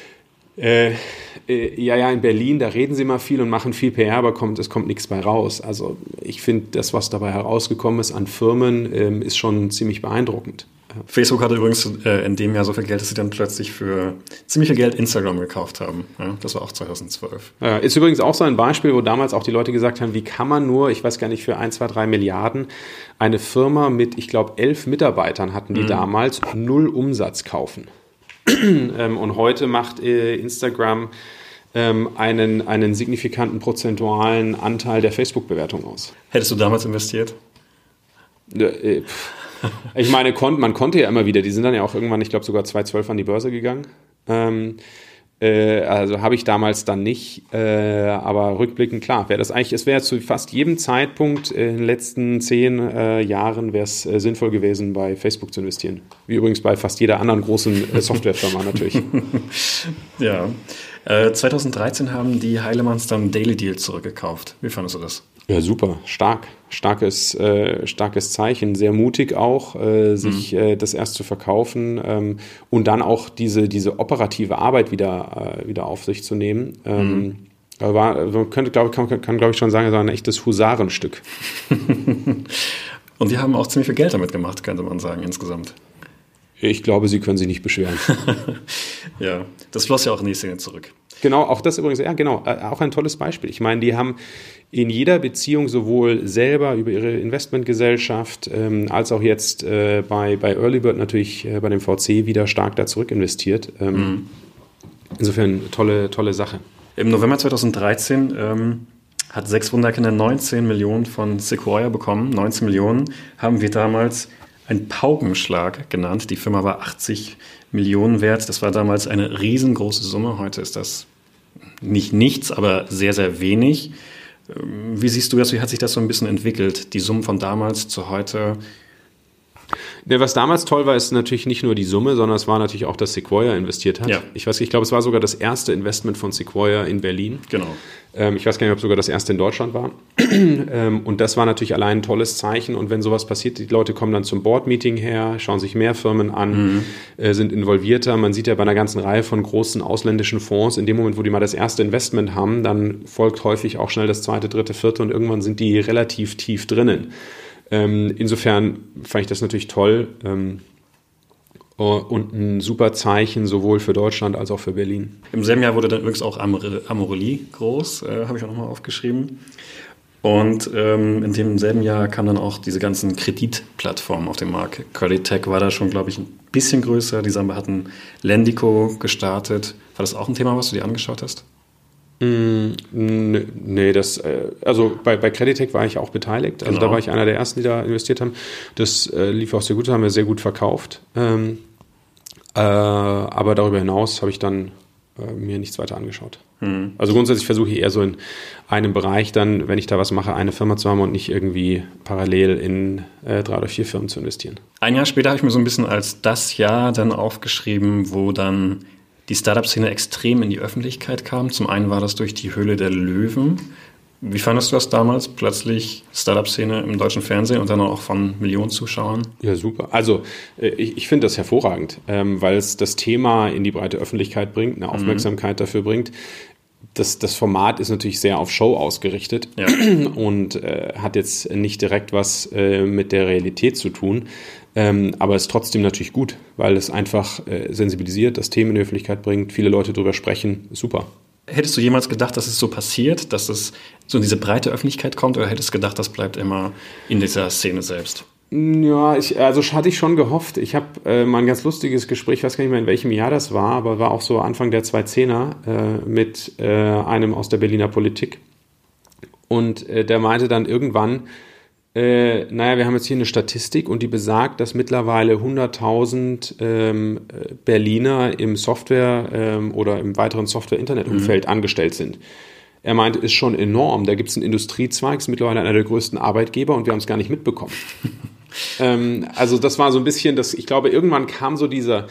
Speaker 1: in Berlin, da reden sie mal viel und machen viel PR, aber es kommt nichts bei raus. Also ich finde, das, was dabei herausgekommen ist an Firmen, ist schon ziemlich beeindruckend.
Speaker 2: Facebook hatte übrigens in dem Jahr so viel Geld, dass sie dann plötzlich für ziemlich viel Geld Instagram gekauft haben. Ja, das war auch 2012.
Speaker 1: Ist übrigens auch so ein Beispiel, wo damals auch die Leute gesagt haben, wie kann man nur, ich weiß gar nicht, für 1, 2, 3 Milliarden eine Firma mit, ich glaube, 11 Mitarbeitern hatten die damals 0 Umsatz kaufen. Und heute macht Instagram einen signifikanten prozentualen Anteil der Facebook-Bewertung aus.
Speaker 2: Hättest du damals investiert?
Speaker 1: Ich meine, man konnte ja immer wieder, die sind dann ja auch irgendwann, ich glaube sogar 2012 an die Börse gegangen. Also habe ich damals dann nicht, aber rückblickend klar, es wäre zu fast jedem Zeitpunkt in den letzten 10 Jahren wäre es sinnvoll gewesen, bei Facebook zu investieren. Wie übrigens bei fast jeder anderen großen Softwarefirma natürlich.
Speaker 2: Ja. 2013 haben die Heilemanns dann Daily Deal zurückgekauft. Wie fandest du das?
Speaker 1: Ja, super, starkes Zeichen, sehr mutig auch, sich das erst zu verkaufen und dann auch diese operative Arbeit wieder auf sich zu nehmen. Man kann glaube ich schon sagen, es war ein echtes Husarenstück.
Speaker 2: Und die haben auch ziemlich viel Geld damit gemacht, könnte man sagen, insgesamt.
Speaker 1: Ich glaube, sie können sich nicht beschweren.
Speaker 2: Ja, das floss ja auch in die Szene zurück.
Speaker 1: Genau, auch das übrigens, ja genau, auch ein tolles Beispiel. Ich meine, die haben in jeder Beziehung sowohl selber über ihre Investmentgesellschaft als auch jetzt bei Earlybird natürlich bei dem VC wieder stark da zurück investiert. Insofern tolle Sache.
Speaker 2: Im November 2013 hat 6 Wunderkinder 19 Millionen von Sequoia bekommen. 19 Millionen haben wir damals einen Paukenschlag genannt. Die Firma war 80 Millionen wert. Das war damals eine riesengroße Summe. Heute ist das nicht nichts, aber sehr, sehr wenig. Wie siehst du das? Wie hat sich das so ein bisschen entwickelt? Die Summen von damals zu heute?
Speaker 1: Ja, was damals toll war, ist natürlich nicht nur die Summe, sondern es war natürlich auch, dass Sequoia investiert hat.
Speaker 2: Ja.
Speaker 1: Ich glaube, es war sogar das erste Investment von Sequoia in Berlin.
Speaker 2: Genau.
Speaker 1: Ich weiß gar nicht, ob es sogar das erste in Deutschland war. Und das war natürlich allein ein tolles Zeichen. Und wenn sowas passiert, die Leute kommen dann zum Board-Meeting her, schauen sich mehr Firmen an, sind involvierter. Man sieht ja bei einer ganzen Reihe von großen ausländischen Fonds, in dem Moment, wo die mal das erste Investment haben, dann folgt häufig auch schnell das zweite, dritte, vierte und irgendwann sind die relativ tief drinnen. Insofern fand ich das natürlich toll und ein super Zeichen sowohl für Deutschland als auch für Berlin.
Speaker 2: Im selben Jahr wurde dann übrigens auch Amorelie groß, habe ich auch nochmal aufgeschrieben. Und in demselben Jahr kamen dann auch diese ganzen Kreditplattformen auf den Markt. Creditec war da schon, glaube ich, ein bisschen größer. Die hatten Lendico gestartet. War das auch ein Thema, was du dir angeschaut hast?
Speaker 1: Nee, also bei Creditec war ich auch beteiligt. Also da war ich einer der ersten, die da investiert haben. Das lief auch sehr gut, haben wir sehr gut verkauft. Aber darüber hinaus habe ich dann mir nichts weiter angeschaut. Also grundsätzlich versuche ich eher so in einem Bereich dann, wenn ich da was mache, eine Firma zu haben und nicht irgendwie parallel in 3 oder 4 Firmen zu investieren.
Speaker 2: Ein Jahr später habe ich mir so ein bisschen als das Jahr dann aufgeschrieben, wo dann die Startup-Szene extrem in die Öffentlichkeit kam. Zum einen war das durch die Höhle der Löwen. Wie fandest du das damals? Plötzlich Startup-Szene im deutschen Fernsehen und dann auch von Millionen Zuschauern?
Speaker 1: Ja, super. Also ich finde das hervorragend, weil es das Thema in die breite Öffentlichkeit bringt, eine Aufmerksamkeit dafür bringt. Das Format ist natürlich sehr auf Show ausgerichtet und hat jetzt nicht direkt was mit der Realität zu tun. Aber es ist trotzdem natürlich gut, weil es einfach sensibilisiert, das Thema in die Öffentlichkeit bringt, viele Leute drüber sprechen, super.
Speaker 2: Hättest du jemals gedacht, dass es so passiert, dass es so in diese breite Öffentlichkeit kommt, oder hättest du gedacht, das bleibt immer in dieser Szene selbst?
Speaker 1: Ja, hatte ich schon gehofft. Ich habe mal ein ganz lustiges Gespräch, ich weiß gar nicht mehr, in welchem Jahr das war, aber war auch so Anfang der 2010er mit einem aus der Berliner Politik. Und der meinte dann irgendwann, wir haben jetzt hier eine Statistik und die besagt, dass mittlerweile 100.000 Berliner im Software- oder im weiteren Software-Internet-Umfeld angestellt sind. Er meinte, ist schon enorm. Da gibt es einen Industriezweig, ist mittlerweile einer der größten Arbeitgeber und wir haben es gar nicht mitbekommen. Also das war so ein bisschen, ich glaube, irgendwann kam so dieser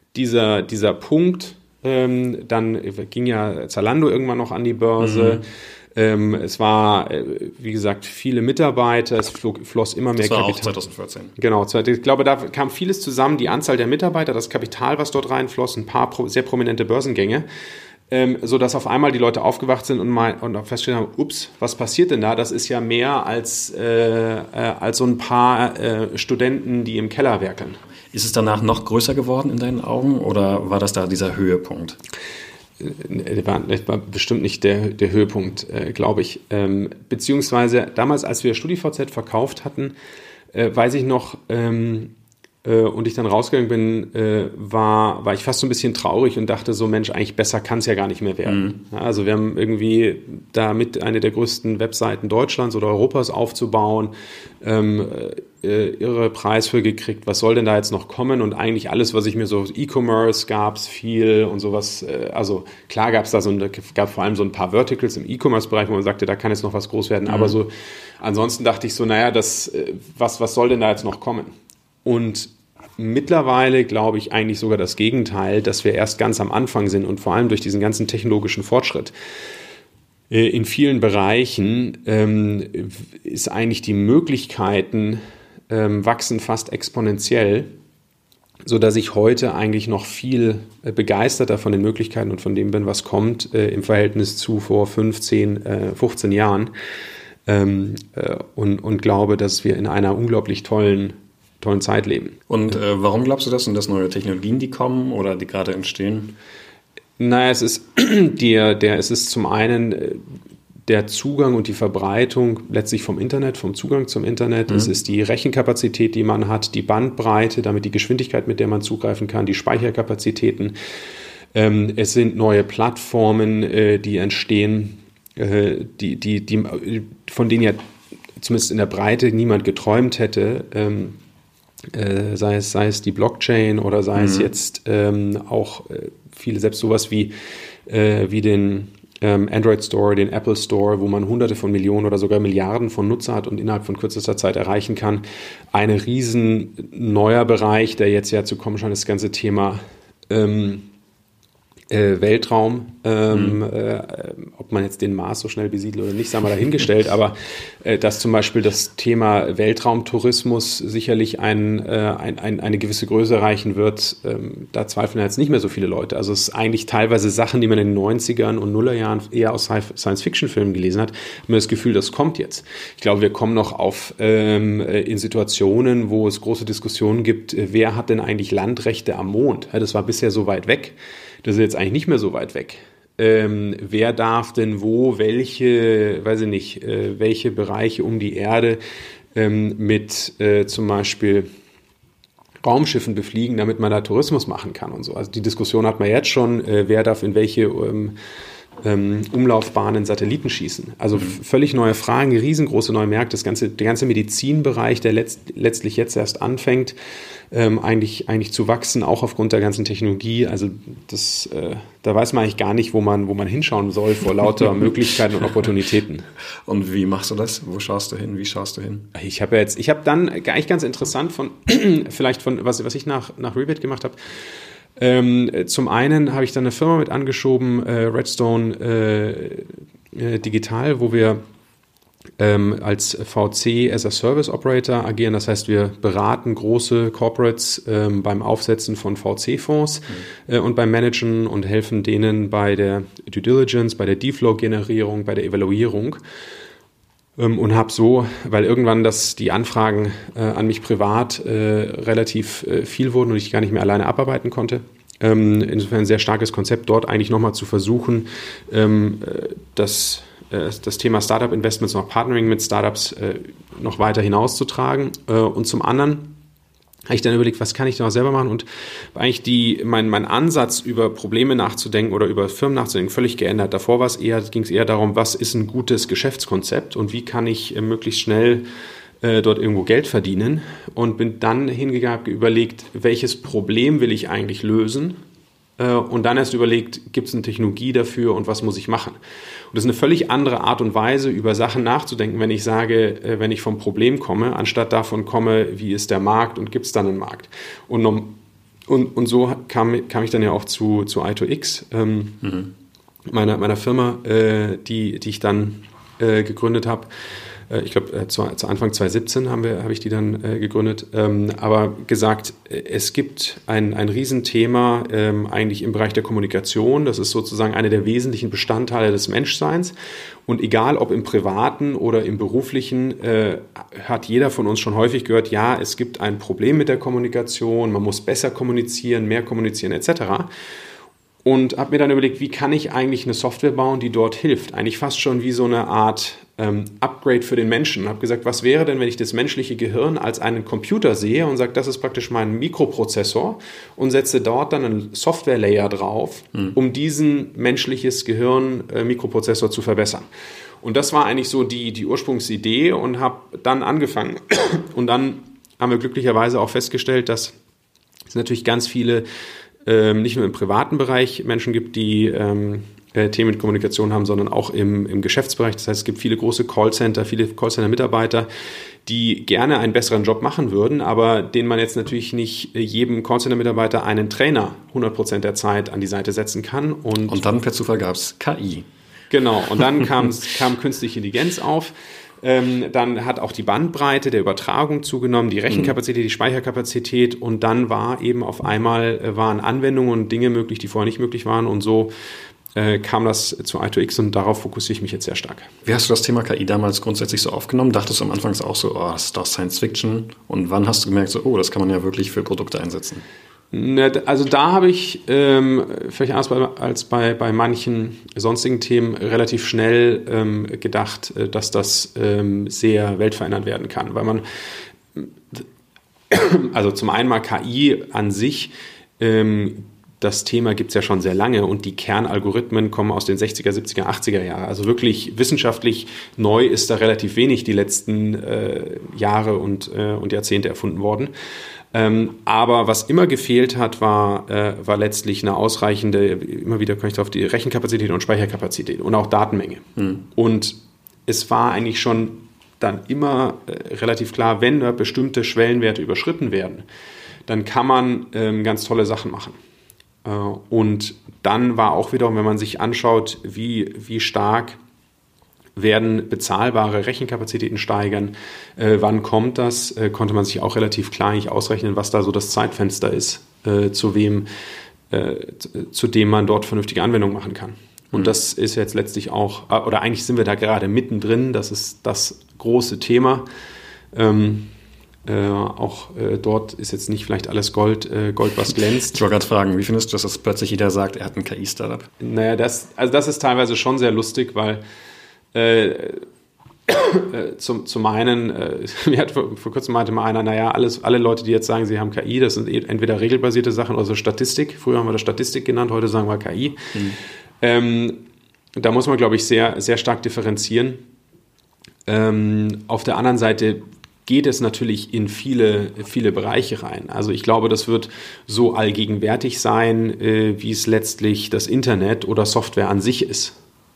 Speaker 1: Punkt, dann ging ja Zalando irgendwann noch an die Börse. Es war, wie gesagt, viele Mitarbeiter, es floss immer mehr
Speaker 2: Kapital.
Speaker 1: Das war
Speaker 2: auch 2014.
Speaker 1: Genau, ich glaube, da kam vieles zusammen, die Anzahl der Mitarbeiter, das Kapital, was dort reinfloss, ein paar sehr prominente Börsengänge, sodass auf einmal die Leute aufgewacht sind und festgestellt haben, ups, was passiert denn da? Das ist ja mehr als so ein paar Studenten, die im Keller werkeln.
Speaker 2: Ist es danach noch größer geworden in deinen Augen oder war das da dieser Höhepunkt?
Speaker 1: War bestimmt nicht der Höhepunkt, glaube ich. Beziehungsweise damals, als wir StudiVZ verkauft hatten, weiß ich noch, und ich dann rausgegangen bin, war ich fast so ein bisschen traurig und dachte so, Mensch, eigentlich besser kann es ja gar nicht mehr werden. Ja, also wir haben irgendwie damit eine der größten Webseiten Deutschlands oder Europas aufzubauen, irre Preis für gekriegt, was soll denn da jetzt noch kommen? Und eigentlich alles, was ich mir so, E-Commerce gab es viel und sowas, also klar gab vor allem so ein paar Verticals im E-Commerce-Bereich, wo man sagte, da kann jetzt noch was groß werden, aber so, ansonsten dachte ich so, was soll denn da jetzt noch kommen? Und mittlerweile glaube ich eigentlich sogar das Gegenteil, dass wir erst ganz am Anfang sind und vor allem durch diesen ganzen technologischen Fortschritt in vielen Bereichen ist eigentlich die Möglichkeiten wachsen fast exponentiell, sodass ich heute eigentlich noch viel begeisterter von den Möglichkeiten und von dem bin, was kommt im Verhältnis zu vor 15, 15 Jahren und glaube, dass wir in einer unglaublich tollen Zeit leben.
Speaker 2: Und warum glaubst du das? Sind das neue Technologien, die kommen oder die gerade entstehen?
Speaker 1: Naja, es ist zum einen der Zugang und die Verbreitung letztlich vom Zugang zum Internet. Es ist die Rechenkapazität, die man hat, die Bandbreite, damit die Geschwindigkeit, mit der man zugreifen kann, die Speicherkapazitäten. Es sind neue Plattformen, die entstehen, von denen ja zumindest in der Breite niemand geträumt hätte. Sei es die Blockchain oder sei es jetzt auch viele, selbst sowas wie den Android Store, den Apple Store, wo man Hunderte von Millionen oder sogar Milliarden von Nutzer hat und innerhalb von kürzester Zeit erreichen kann. Ein riesen neuer Bereich, der jetzt ja zu kommen scheint, das ganze Thema Weltraum, ob man jetzt den Mars so schnell besiedelt oder nicht, sagen wir dahingestellt, aber dass zum Beispiel das Thema Weltraumtourismus sicherlich eine gewisse Größe erreichen wird, da zweifeln jetzt nicht mehr so viele Leute. Also es ist eigentlich teilweise Sachen, die man in den 90ern und Nullerjahren eher aus Science-Fiction-Filmen gelesen hat, hat man das Gefühl, das kommt jetzt. Ich glaube, wir kommen noch in Situationen, wo es große Diskussionen gibt, wer hat denn eigentlich Landrechte am Mond? Das war bisher so weit weg. Das ist jetzt eigentlich nicht mehr so weit weg. Wer darf denn welche Bereiche um die Erde mit zum Beispiel Raumschiffen befliegen, damit man da Tourismus machen kann und so. Also die Diskussion hat man jetzt schon, wer darf in welche Umlaufbahnen Satelliten schießen. Also völlig neue Fragen, riesengroße neue Märkte. Der ganze Medizinbereich, der letztlich jetzt erst anfängt, eigentlich zu wachsen, auch aufgrund der ganzen Technologie. Also da weiß man eigentlich gar nicht, wo man hinschauen soll vor lauter Möglichkeiten und Opportunitäten.
Speaker 2: Und wie machst du das? Wo schaust du hin? Wie schaust du hin?
Speaker 1: Ich habe dann eigentlich ganz interessant was ich nach Rebate gemacht habe. Zum einen habe ich dann eine Firma mit angeschoben, Redstone Digital, wo wir als VC as a Service Operator agieren. Das heißt, wir beraten große Corporates beim Aufsetzen von VC-Fonds und beim Managen und helfen denen bei der Due Diligence, bei der Deal-Flow-Generierung, bei der Evaluierung. Und habe so, weil irgendwann die Anfragen an mich privat relativ viel wurden und ich gar nicht mehr alleine abarbeiten konnte. Insofern ein sehr starkes Konzept, dort eigentlich nochmal zu versuchen, das Thema Startup-Investments, noch Partnering mit Startups noch weiter hinauszutragen. Und zum anderen habe ich dann überlegt, was kann ich noch selber machen, und eigentlich mein Ansatz, über Probleme nachzudenken oder über Firmen nachzudenken, völlig geändert. Davor ging es eher darum, was ist ein gutes Geschäftskonzept und wie kann ich möglichst schnell dort irgendwo Geld verdienen, und bin dann hingegangen, habe überlegt, welches Problem will ich eigentlich lösen, und dann erst überlegt, gibt es eine Technologie dafür und was muss ich machen. Und das ist eine völlig andere Art und Weise, über Sachen nachzudenken, wenn ich sage, wenn ich vom Problem komme, anstatt davon komme, wie ist der Markt und gibt es dann einen Markt. Und so kam ich dann ja auch zu i2X, meiner Firma, die ich dann gegründet habe. Ich glaube, zu Anfang 2017 habe ich die dann gegründet, aber gesagt, es gibt ein Riesenthema eigentlich im Bereich der Kommunikation. Das ist sozusagen einer der wesentlichen Bestandteile des Menschseins. Und egal, ob im Privaten oder im Beruflichen, hat jeder von uns schon häufig gehört, ja, es gibt ein Problem mit der Kommunikation, man muss besser kommunizieren, mehr kommunizieren etc. Und habe mir dann überlegt, wie kann ich eigentlich eine Software bauen, die dort hilft? Eigentlich fast schon wie so eine Art Upgrade für den Menschen. Und habe gesagt, was wäre denn, wenn ich das menschliche Gehirn als einen Computer sehe und sage, das ist praktisch mein Mikroprozessor, und setze dort dann einen Software-Layer drauf, um diesen menschliches Gehirn Mikroprozessor zu verbessern. Und das war eigentlich so die Ursprungsidee, und habe dann angefangen. Und dann haben wir glücklicherweise auch festgestellt, dass es natürlich ganz viele nicht nur im privaten Bereich Menschen gibt, die Themen mit Kommunikation haben, sondern auch im Geschäftsbereich. Das heißt, es gibt viele Callcenter-Mitarbeiter, die gerne einen besseren Job machen würden, aber denen man jetzt natürlich nicht jedem Callcenter-Mitarbeiter einen Trainer 100% der Zeit an die Seite setzen kann.
Speaker 2: Und dann per Zufall gab es KI.
Speaker 1: Genau, und dann kam künstliche Intelligenz auf. Dann hat auch die Bandbreite der Übertragung zugenommen, die Rechenkapazität, die Speicherkapazität, und dann waren Anwendungen und Dinge möglich, die vorher nicht möglich waren, und so kam das zu i2X, und darauf fokussiere ich mich jetzt sehr stark.
Speaker 2: Wie hast du das Thema KI damals grundsätzlich so aufgenommen? Dachtest du am Anfang auch so, das ist doch Science Fiction? Und wann hast du gemerkt, so, das kann man ja wirklich für Produkte einsetzen?
Speaker 1: Also da habe ich vielleicht anders als bei manchen sonstigen Themen relativ schnell gedacht, dass das sehr weltverändernd werden kann, weil man also zum einen mal KI an sich, das Thema gibt es ja schon sehr lange und die Kernalgorithmen kommen aus den 60er, 70er, 80er Jahren. Also wirklich wissenschaftlich neu ist da relativ wenig die letzten Jahre und Jahrzehnte erfunden worden. Aber was immer gefehlt hat, war letztlich eine ausreichende, immer wieder komme ich auf die Rechenkapazität und Speicherkapazität und auch Datenmenge. Und es war eigentlich schon dann immer relativ klar, wenn da bestimmte Schwellenwerte überschritten werden, dann kann man ganz tolle Sachen machen. Und dann war auch wieder, wenn man sich anschaut, wie stark werden bezahlbare Rechenkapazitäten steigern, wann kommt das, konnte man sich auch relativ klar eigentlich ausrechnen, was da so das Zeitfenster ist, zu dem man dort vernünftige Anwendungen machen kann. Und das ist jetzt letztlich auch, oder eigentlich sind wir da gerade mittendrin, das ist das große Thema. Dort ist jetzt nicht vielleicht alles Gold, was glänzt. Ich
Speaker 2: wollte gerade fragen, wie findest du, dass plötzlich jeder sagt, er hat ein KI-Startup?
Speaker 1: Naja, das ist teilweise schon sehr lustig, weil zum einen, mir hat vor kurzem meinte mal einer, naja, alle Leute, die jetzt sagen, sie haben KI, das sind entweder regelbasierte Sachen oder so Statistik. Früher haben wir das Statistik genannt, heute sagen wir KI. Da muss man, glaube ich, sehr, sehr stark differenzieren. Auf der anderen Seite geht es natürlich in viele, viele Bereiche rein. Also ich glaube, das wird so allgegenwärtig sein, wie es letztlich das Internet oder Software an sich ist.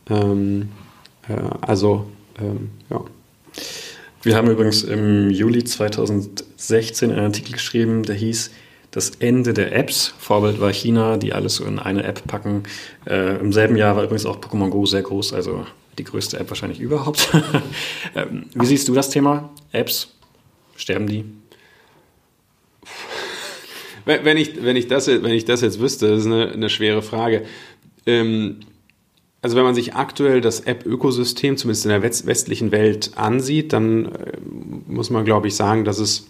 Speaker 1: Ja.
Speaker 2: Wir haben übrigens im Juli 2016 einen Artikel geschrieben, der hieß Das Ende der Apps. Vorbild war China, die alles so in eine App packen. Im selben Jahr war übrigens auch Pokémon Go sehr groß, also die größte App wahrscheinlich überhaupt. Wie siehst du das Thema? Apps? Sterben die?
Speaker 1: Wenn ich das jetzt wüsste, das ist eine schwere Frage. Also wenn man sich aktuell das App-Ökosystem, zumindest in der westlichen Welt, ansieht, dann muss man, glaube ich, sagen, dass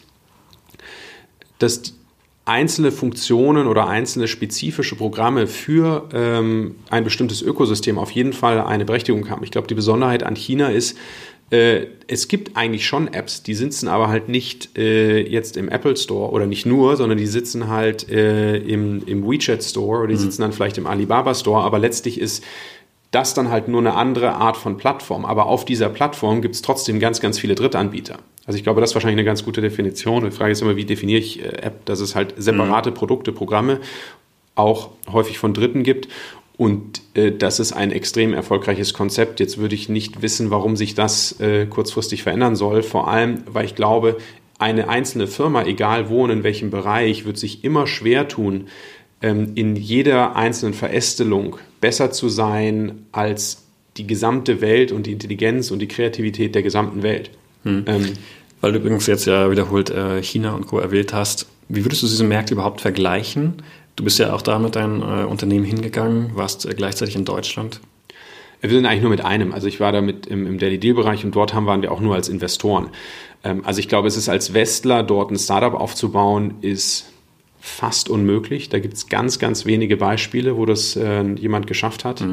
Speaker 1: einzelne Funktionen oder einzelne spezifische Programme für ein bestimmtes Ökosystem auf jeden Fall eine Berechtigung haben. Ich glaube, die Besonderheit an China ist, es gibt eigentlich schon Apps, die sitzen aber halt nicht jetzt im Apple Store oder nicht nur, sondern die sitzen halt im WeChat Store oder die sitzen dann vielleicht im Alibaba Store, aber letztlich ist das dann halt nur eine andere Art von Plattform. Aber auf dieser Plattform gibt es trotzdem ganz, ganz viele Drittanbieter. Also ich glaube, das ist wahrscheinlich eine ganz gute Definition. Die Frage ist immer, wie definiere ich App, dass es halt separate Produkte, Programme auch häufig von Dritten gibt. Und das ist ein extrem erfolgreiches Konzept. Jetzt würde ich nicht wissen, warum sich das kurzfristig verändern soll. Vor allem, weil ich glaube, eine einzelne Firma, egal wo und in welchem Bereich, wird sich immer schwer tun, in jeder einzelnen Verästelung besser zu sein als die gesamte Welt und die Intelligenz und die Kreativität der gesamten Welt.
Speaker 2: Weil du übrigens jetzt ja wiederholt China und Co. erwähnt hast. Wie würdest du diese Märkte überhaupt vergleichen? Du bist ja auch da mit deinem Unternehmen hingegangen, warst gleichzeitig in Deutschland.
Speaker 1: Wir sind eigentlich nur mit einem. Also ich war da im Daily Deal-Bereich und dort waren wir auch nur als Investoren. Also ich glaube, es ist als Westler, dort ein Startup aufzubauen, ist fast unmöglich. Da gibt es ganz, ganz wenige Beispiele, wo das jemand geschafft hat.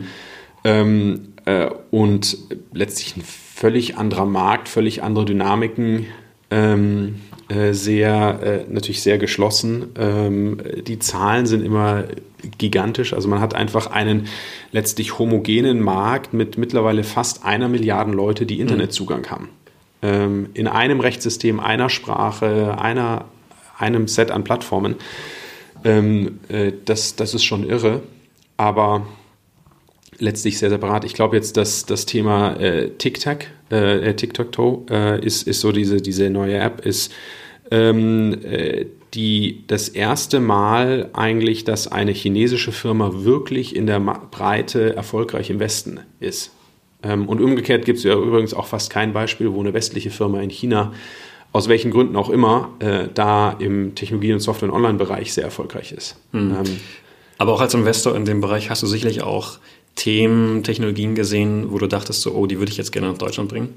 Speaker 1: Und letztlich ein völlig anderer Markt, völlig andere Dynamiken, natürlich sehr geschlossen. Die Zahlen sind immer gigantisch. Also man hat einfach einen letztlich homogenen Markt mit mittlerweile fast 1 Milliarde Leute, die Internetzugang haben. In einem Rechtssystem, einer Sprache, einem Set an Plattformen. Das ist schon irre, aber letztlich sehr separat. Ich glaube jetzt, dass das Thema TikTok-Toe ist so diese neue App, ist das erste Mal eigentlich, dass eine chinesische Firma wirklich in der Breite erfolgreich im Westen ist. Und umgekehrt gibt es ja übrigens auch fast kein Beispiel, wo eine westliche Firma in China aus welchen Gründen auch immer, da im Technologie- und Software- und Online-Bereich sehr erfolgreich ist.
Speaker 2: Aber auch als Investor in dem Bereich hast du sicherlich auch Themen, Technologien gesehen, wo du dachtest, so, die würde ich jetzt gerne nach Deutschland bringen?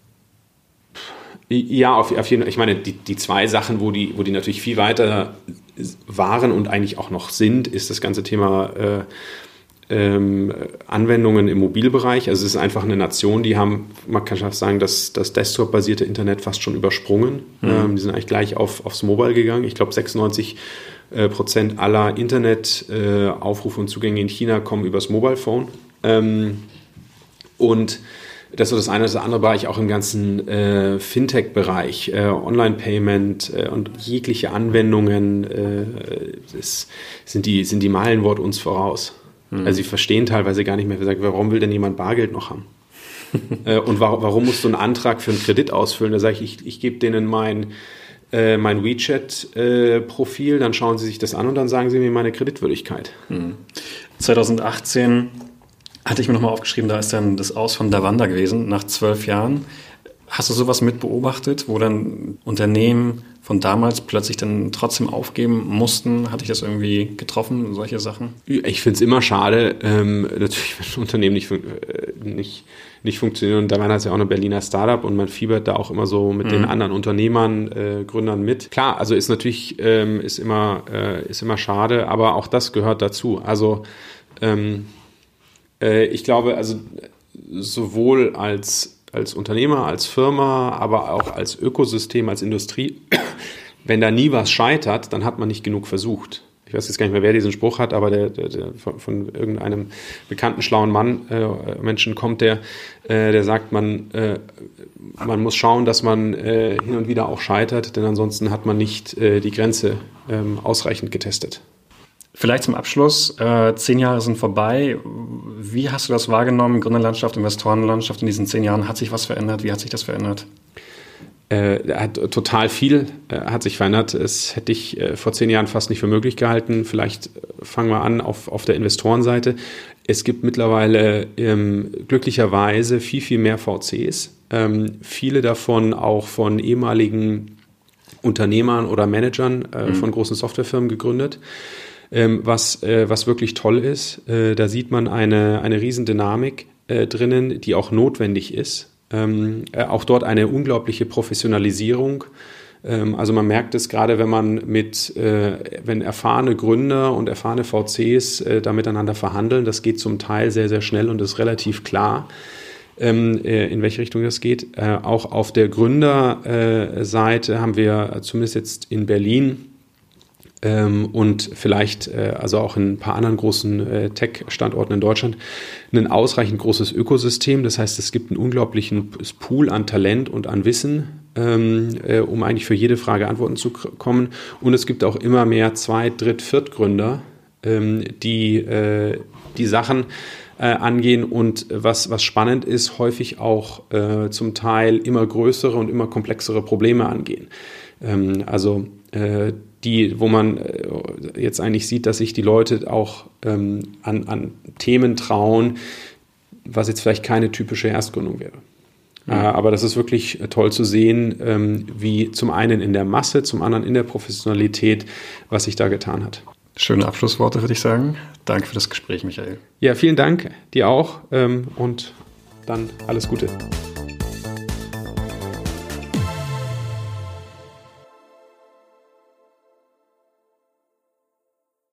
Speaker 1: Ja, auf jeden Fall. Ich meine, die zwei Sachen, wo die natürlich viel weiter waren und eigentlich auch noch sind, ist das ganze Thema Anwendungen im Mobilbereich. Also es ist einfach eine Nation, die haben, man kann fast sagen, das Desktop-basierte Internet fast schon übersprungen. Die sind eigentlich gleich aufs Mobile gegangen. Ich glaube, 96% aller Internet-Aufrufe und Zugänge in China kommen übers Mobile Phone. Und das ist so das eine. Das andere war ich auch im ganzen Fintech-Bereich, Online-Payment und jegliche Anwendungen sind die Meilenwort uns voraus. Also sie verstehen teilweise gar nicht mehr, warum will denn jemand Bargeld noch haben? Und warum musst du einen Antrag für einen Kredit ausfüllen? Da sage ich gebe denen mein WeChat-Profil, dann schauen sie sich das an und dann sagen sie mir meine Kreditwürdigkeit.
Speaker 2: 2018 hatte ich mir nochmal aufgeschrieben, da ist dann das Aus von Davanda gewesen, nach 12 Jahren. Hast du sowas mit beobachtet, wo dann Unternehmen von damals plötzlich dann trotzdem aufgeben mussten? Hatte ich das irgendwie getroffen, solche Sachen?
Speaker 1: Ich finde es immer schade, natürlich, wenn Unternehmen nicht funktionieren. Und da war das ja auch eine Berliner Startup und man fiebert da auch immer so mit den anderen Unternehmern, Gründern mit. Klar, also ist natürlich ist immer schade, aber auch das gehört dazu. Also ich glaube, also sowohl als Unternehmer, als Firma, aber auch als Ökosystem, als Industrie, wenn da nie was scheitert, dann hat man nicht genug versucht. Ich weiß jetzt gar nicht mehr, wer diesen Spruch hat, aber der von irgendeinem bekannten, schlauen Menschen kommt, der sagt, man muss schauen, dass man hin und wieder auch scheitert, denn ansonsten hat man nicht die Grenze ausreichend getestet.
Speaker 2: Vielleicht zum Abschluss, 10 Jahre sind vorbei. Wie hast du das wahrgenommen, Gründerlandschaft, Investorenlandschaft in diesen 10 Jahren? Hat sich was verändert? Wie hat sich das verändert?
Speaker 1: Total viel hat sich verändert. Das hätte ich vor 10 Jahren fast nicht für möglich gehalten. Vielleicht fangen wir an auf der Investorenseite. Es gibt mittlerweile glücklicherweise viel, viel mehr VCs. Viele davon auch von ehemaligen Unternehmern oder Managern von großen Softwarefirmen gegründet. Was wirklich toll ist, da sieht man eine Riesendynamik drinnen, die auch notwendig ist. Auch dort eine unglaubliche Professionalisierung. Also man merkt es gerade, wenn erfahrene Gründer und erfahrene VCs da miteinander verhandeln, das geht zum Teil sehr, sehr schnell und ist relativ klar, in welche Richtung das geht. Auch auf der Gründerseite haben wir zumindest jetzt in Berlin und vielleicht also auch in ein paar anderen großen Tech-Standorten in Deutschland ein ausreichend großes Ökosystem. Das heißt, es gibt einen unglaublichen Pool an Talent und an Wissen, um eigentlich für jede Frage Antworten zu kommen. Und es gibt auch immer mehr Zweit-, Dritt-, Viertgründer, die Sachen angehen und was spannend ist, häufig auch zum Teil immer größere und immer komplexere Probleme angehen. Wo man jetzt eigentlich sieht, dass sich die Leute auch an Themen trauen, was jetzt vielleicht keine typische Erstgründung wäre. Aber das ist wirklich toll zu sehen, wie zum einen in der Masse, zum anderen in der Professionalität, was sich da getan hat.
Speaker 2: Schöne Abschlussworte, würde ich sagen. Danke für das Gespräch, Michael.
Speaker 1: Ja, vielen Dank, dir auch und dann alles Gute.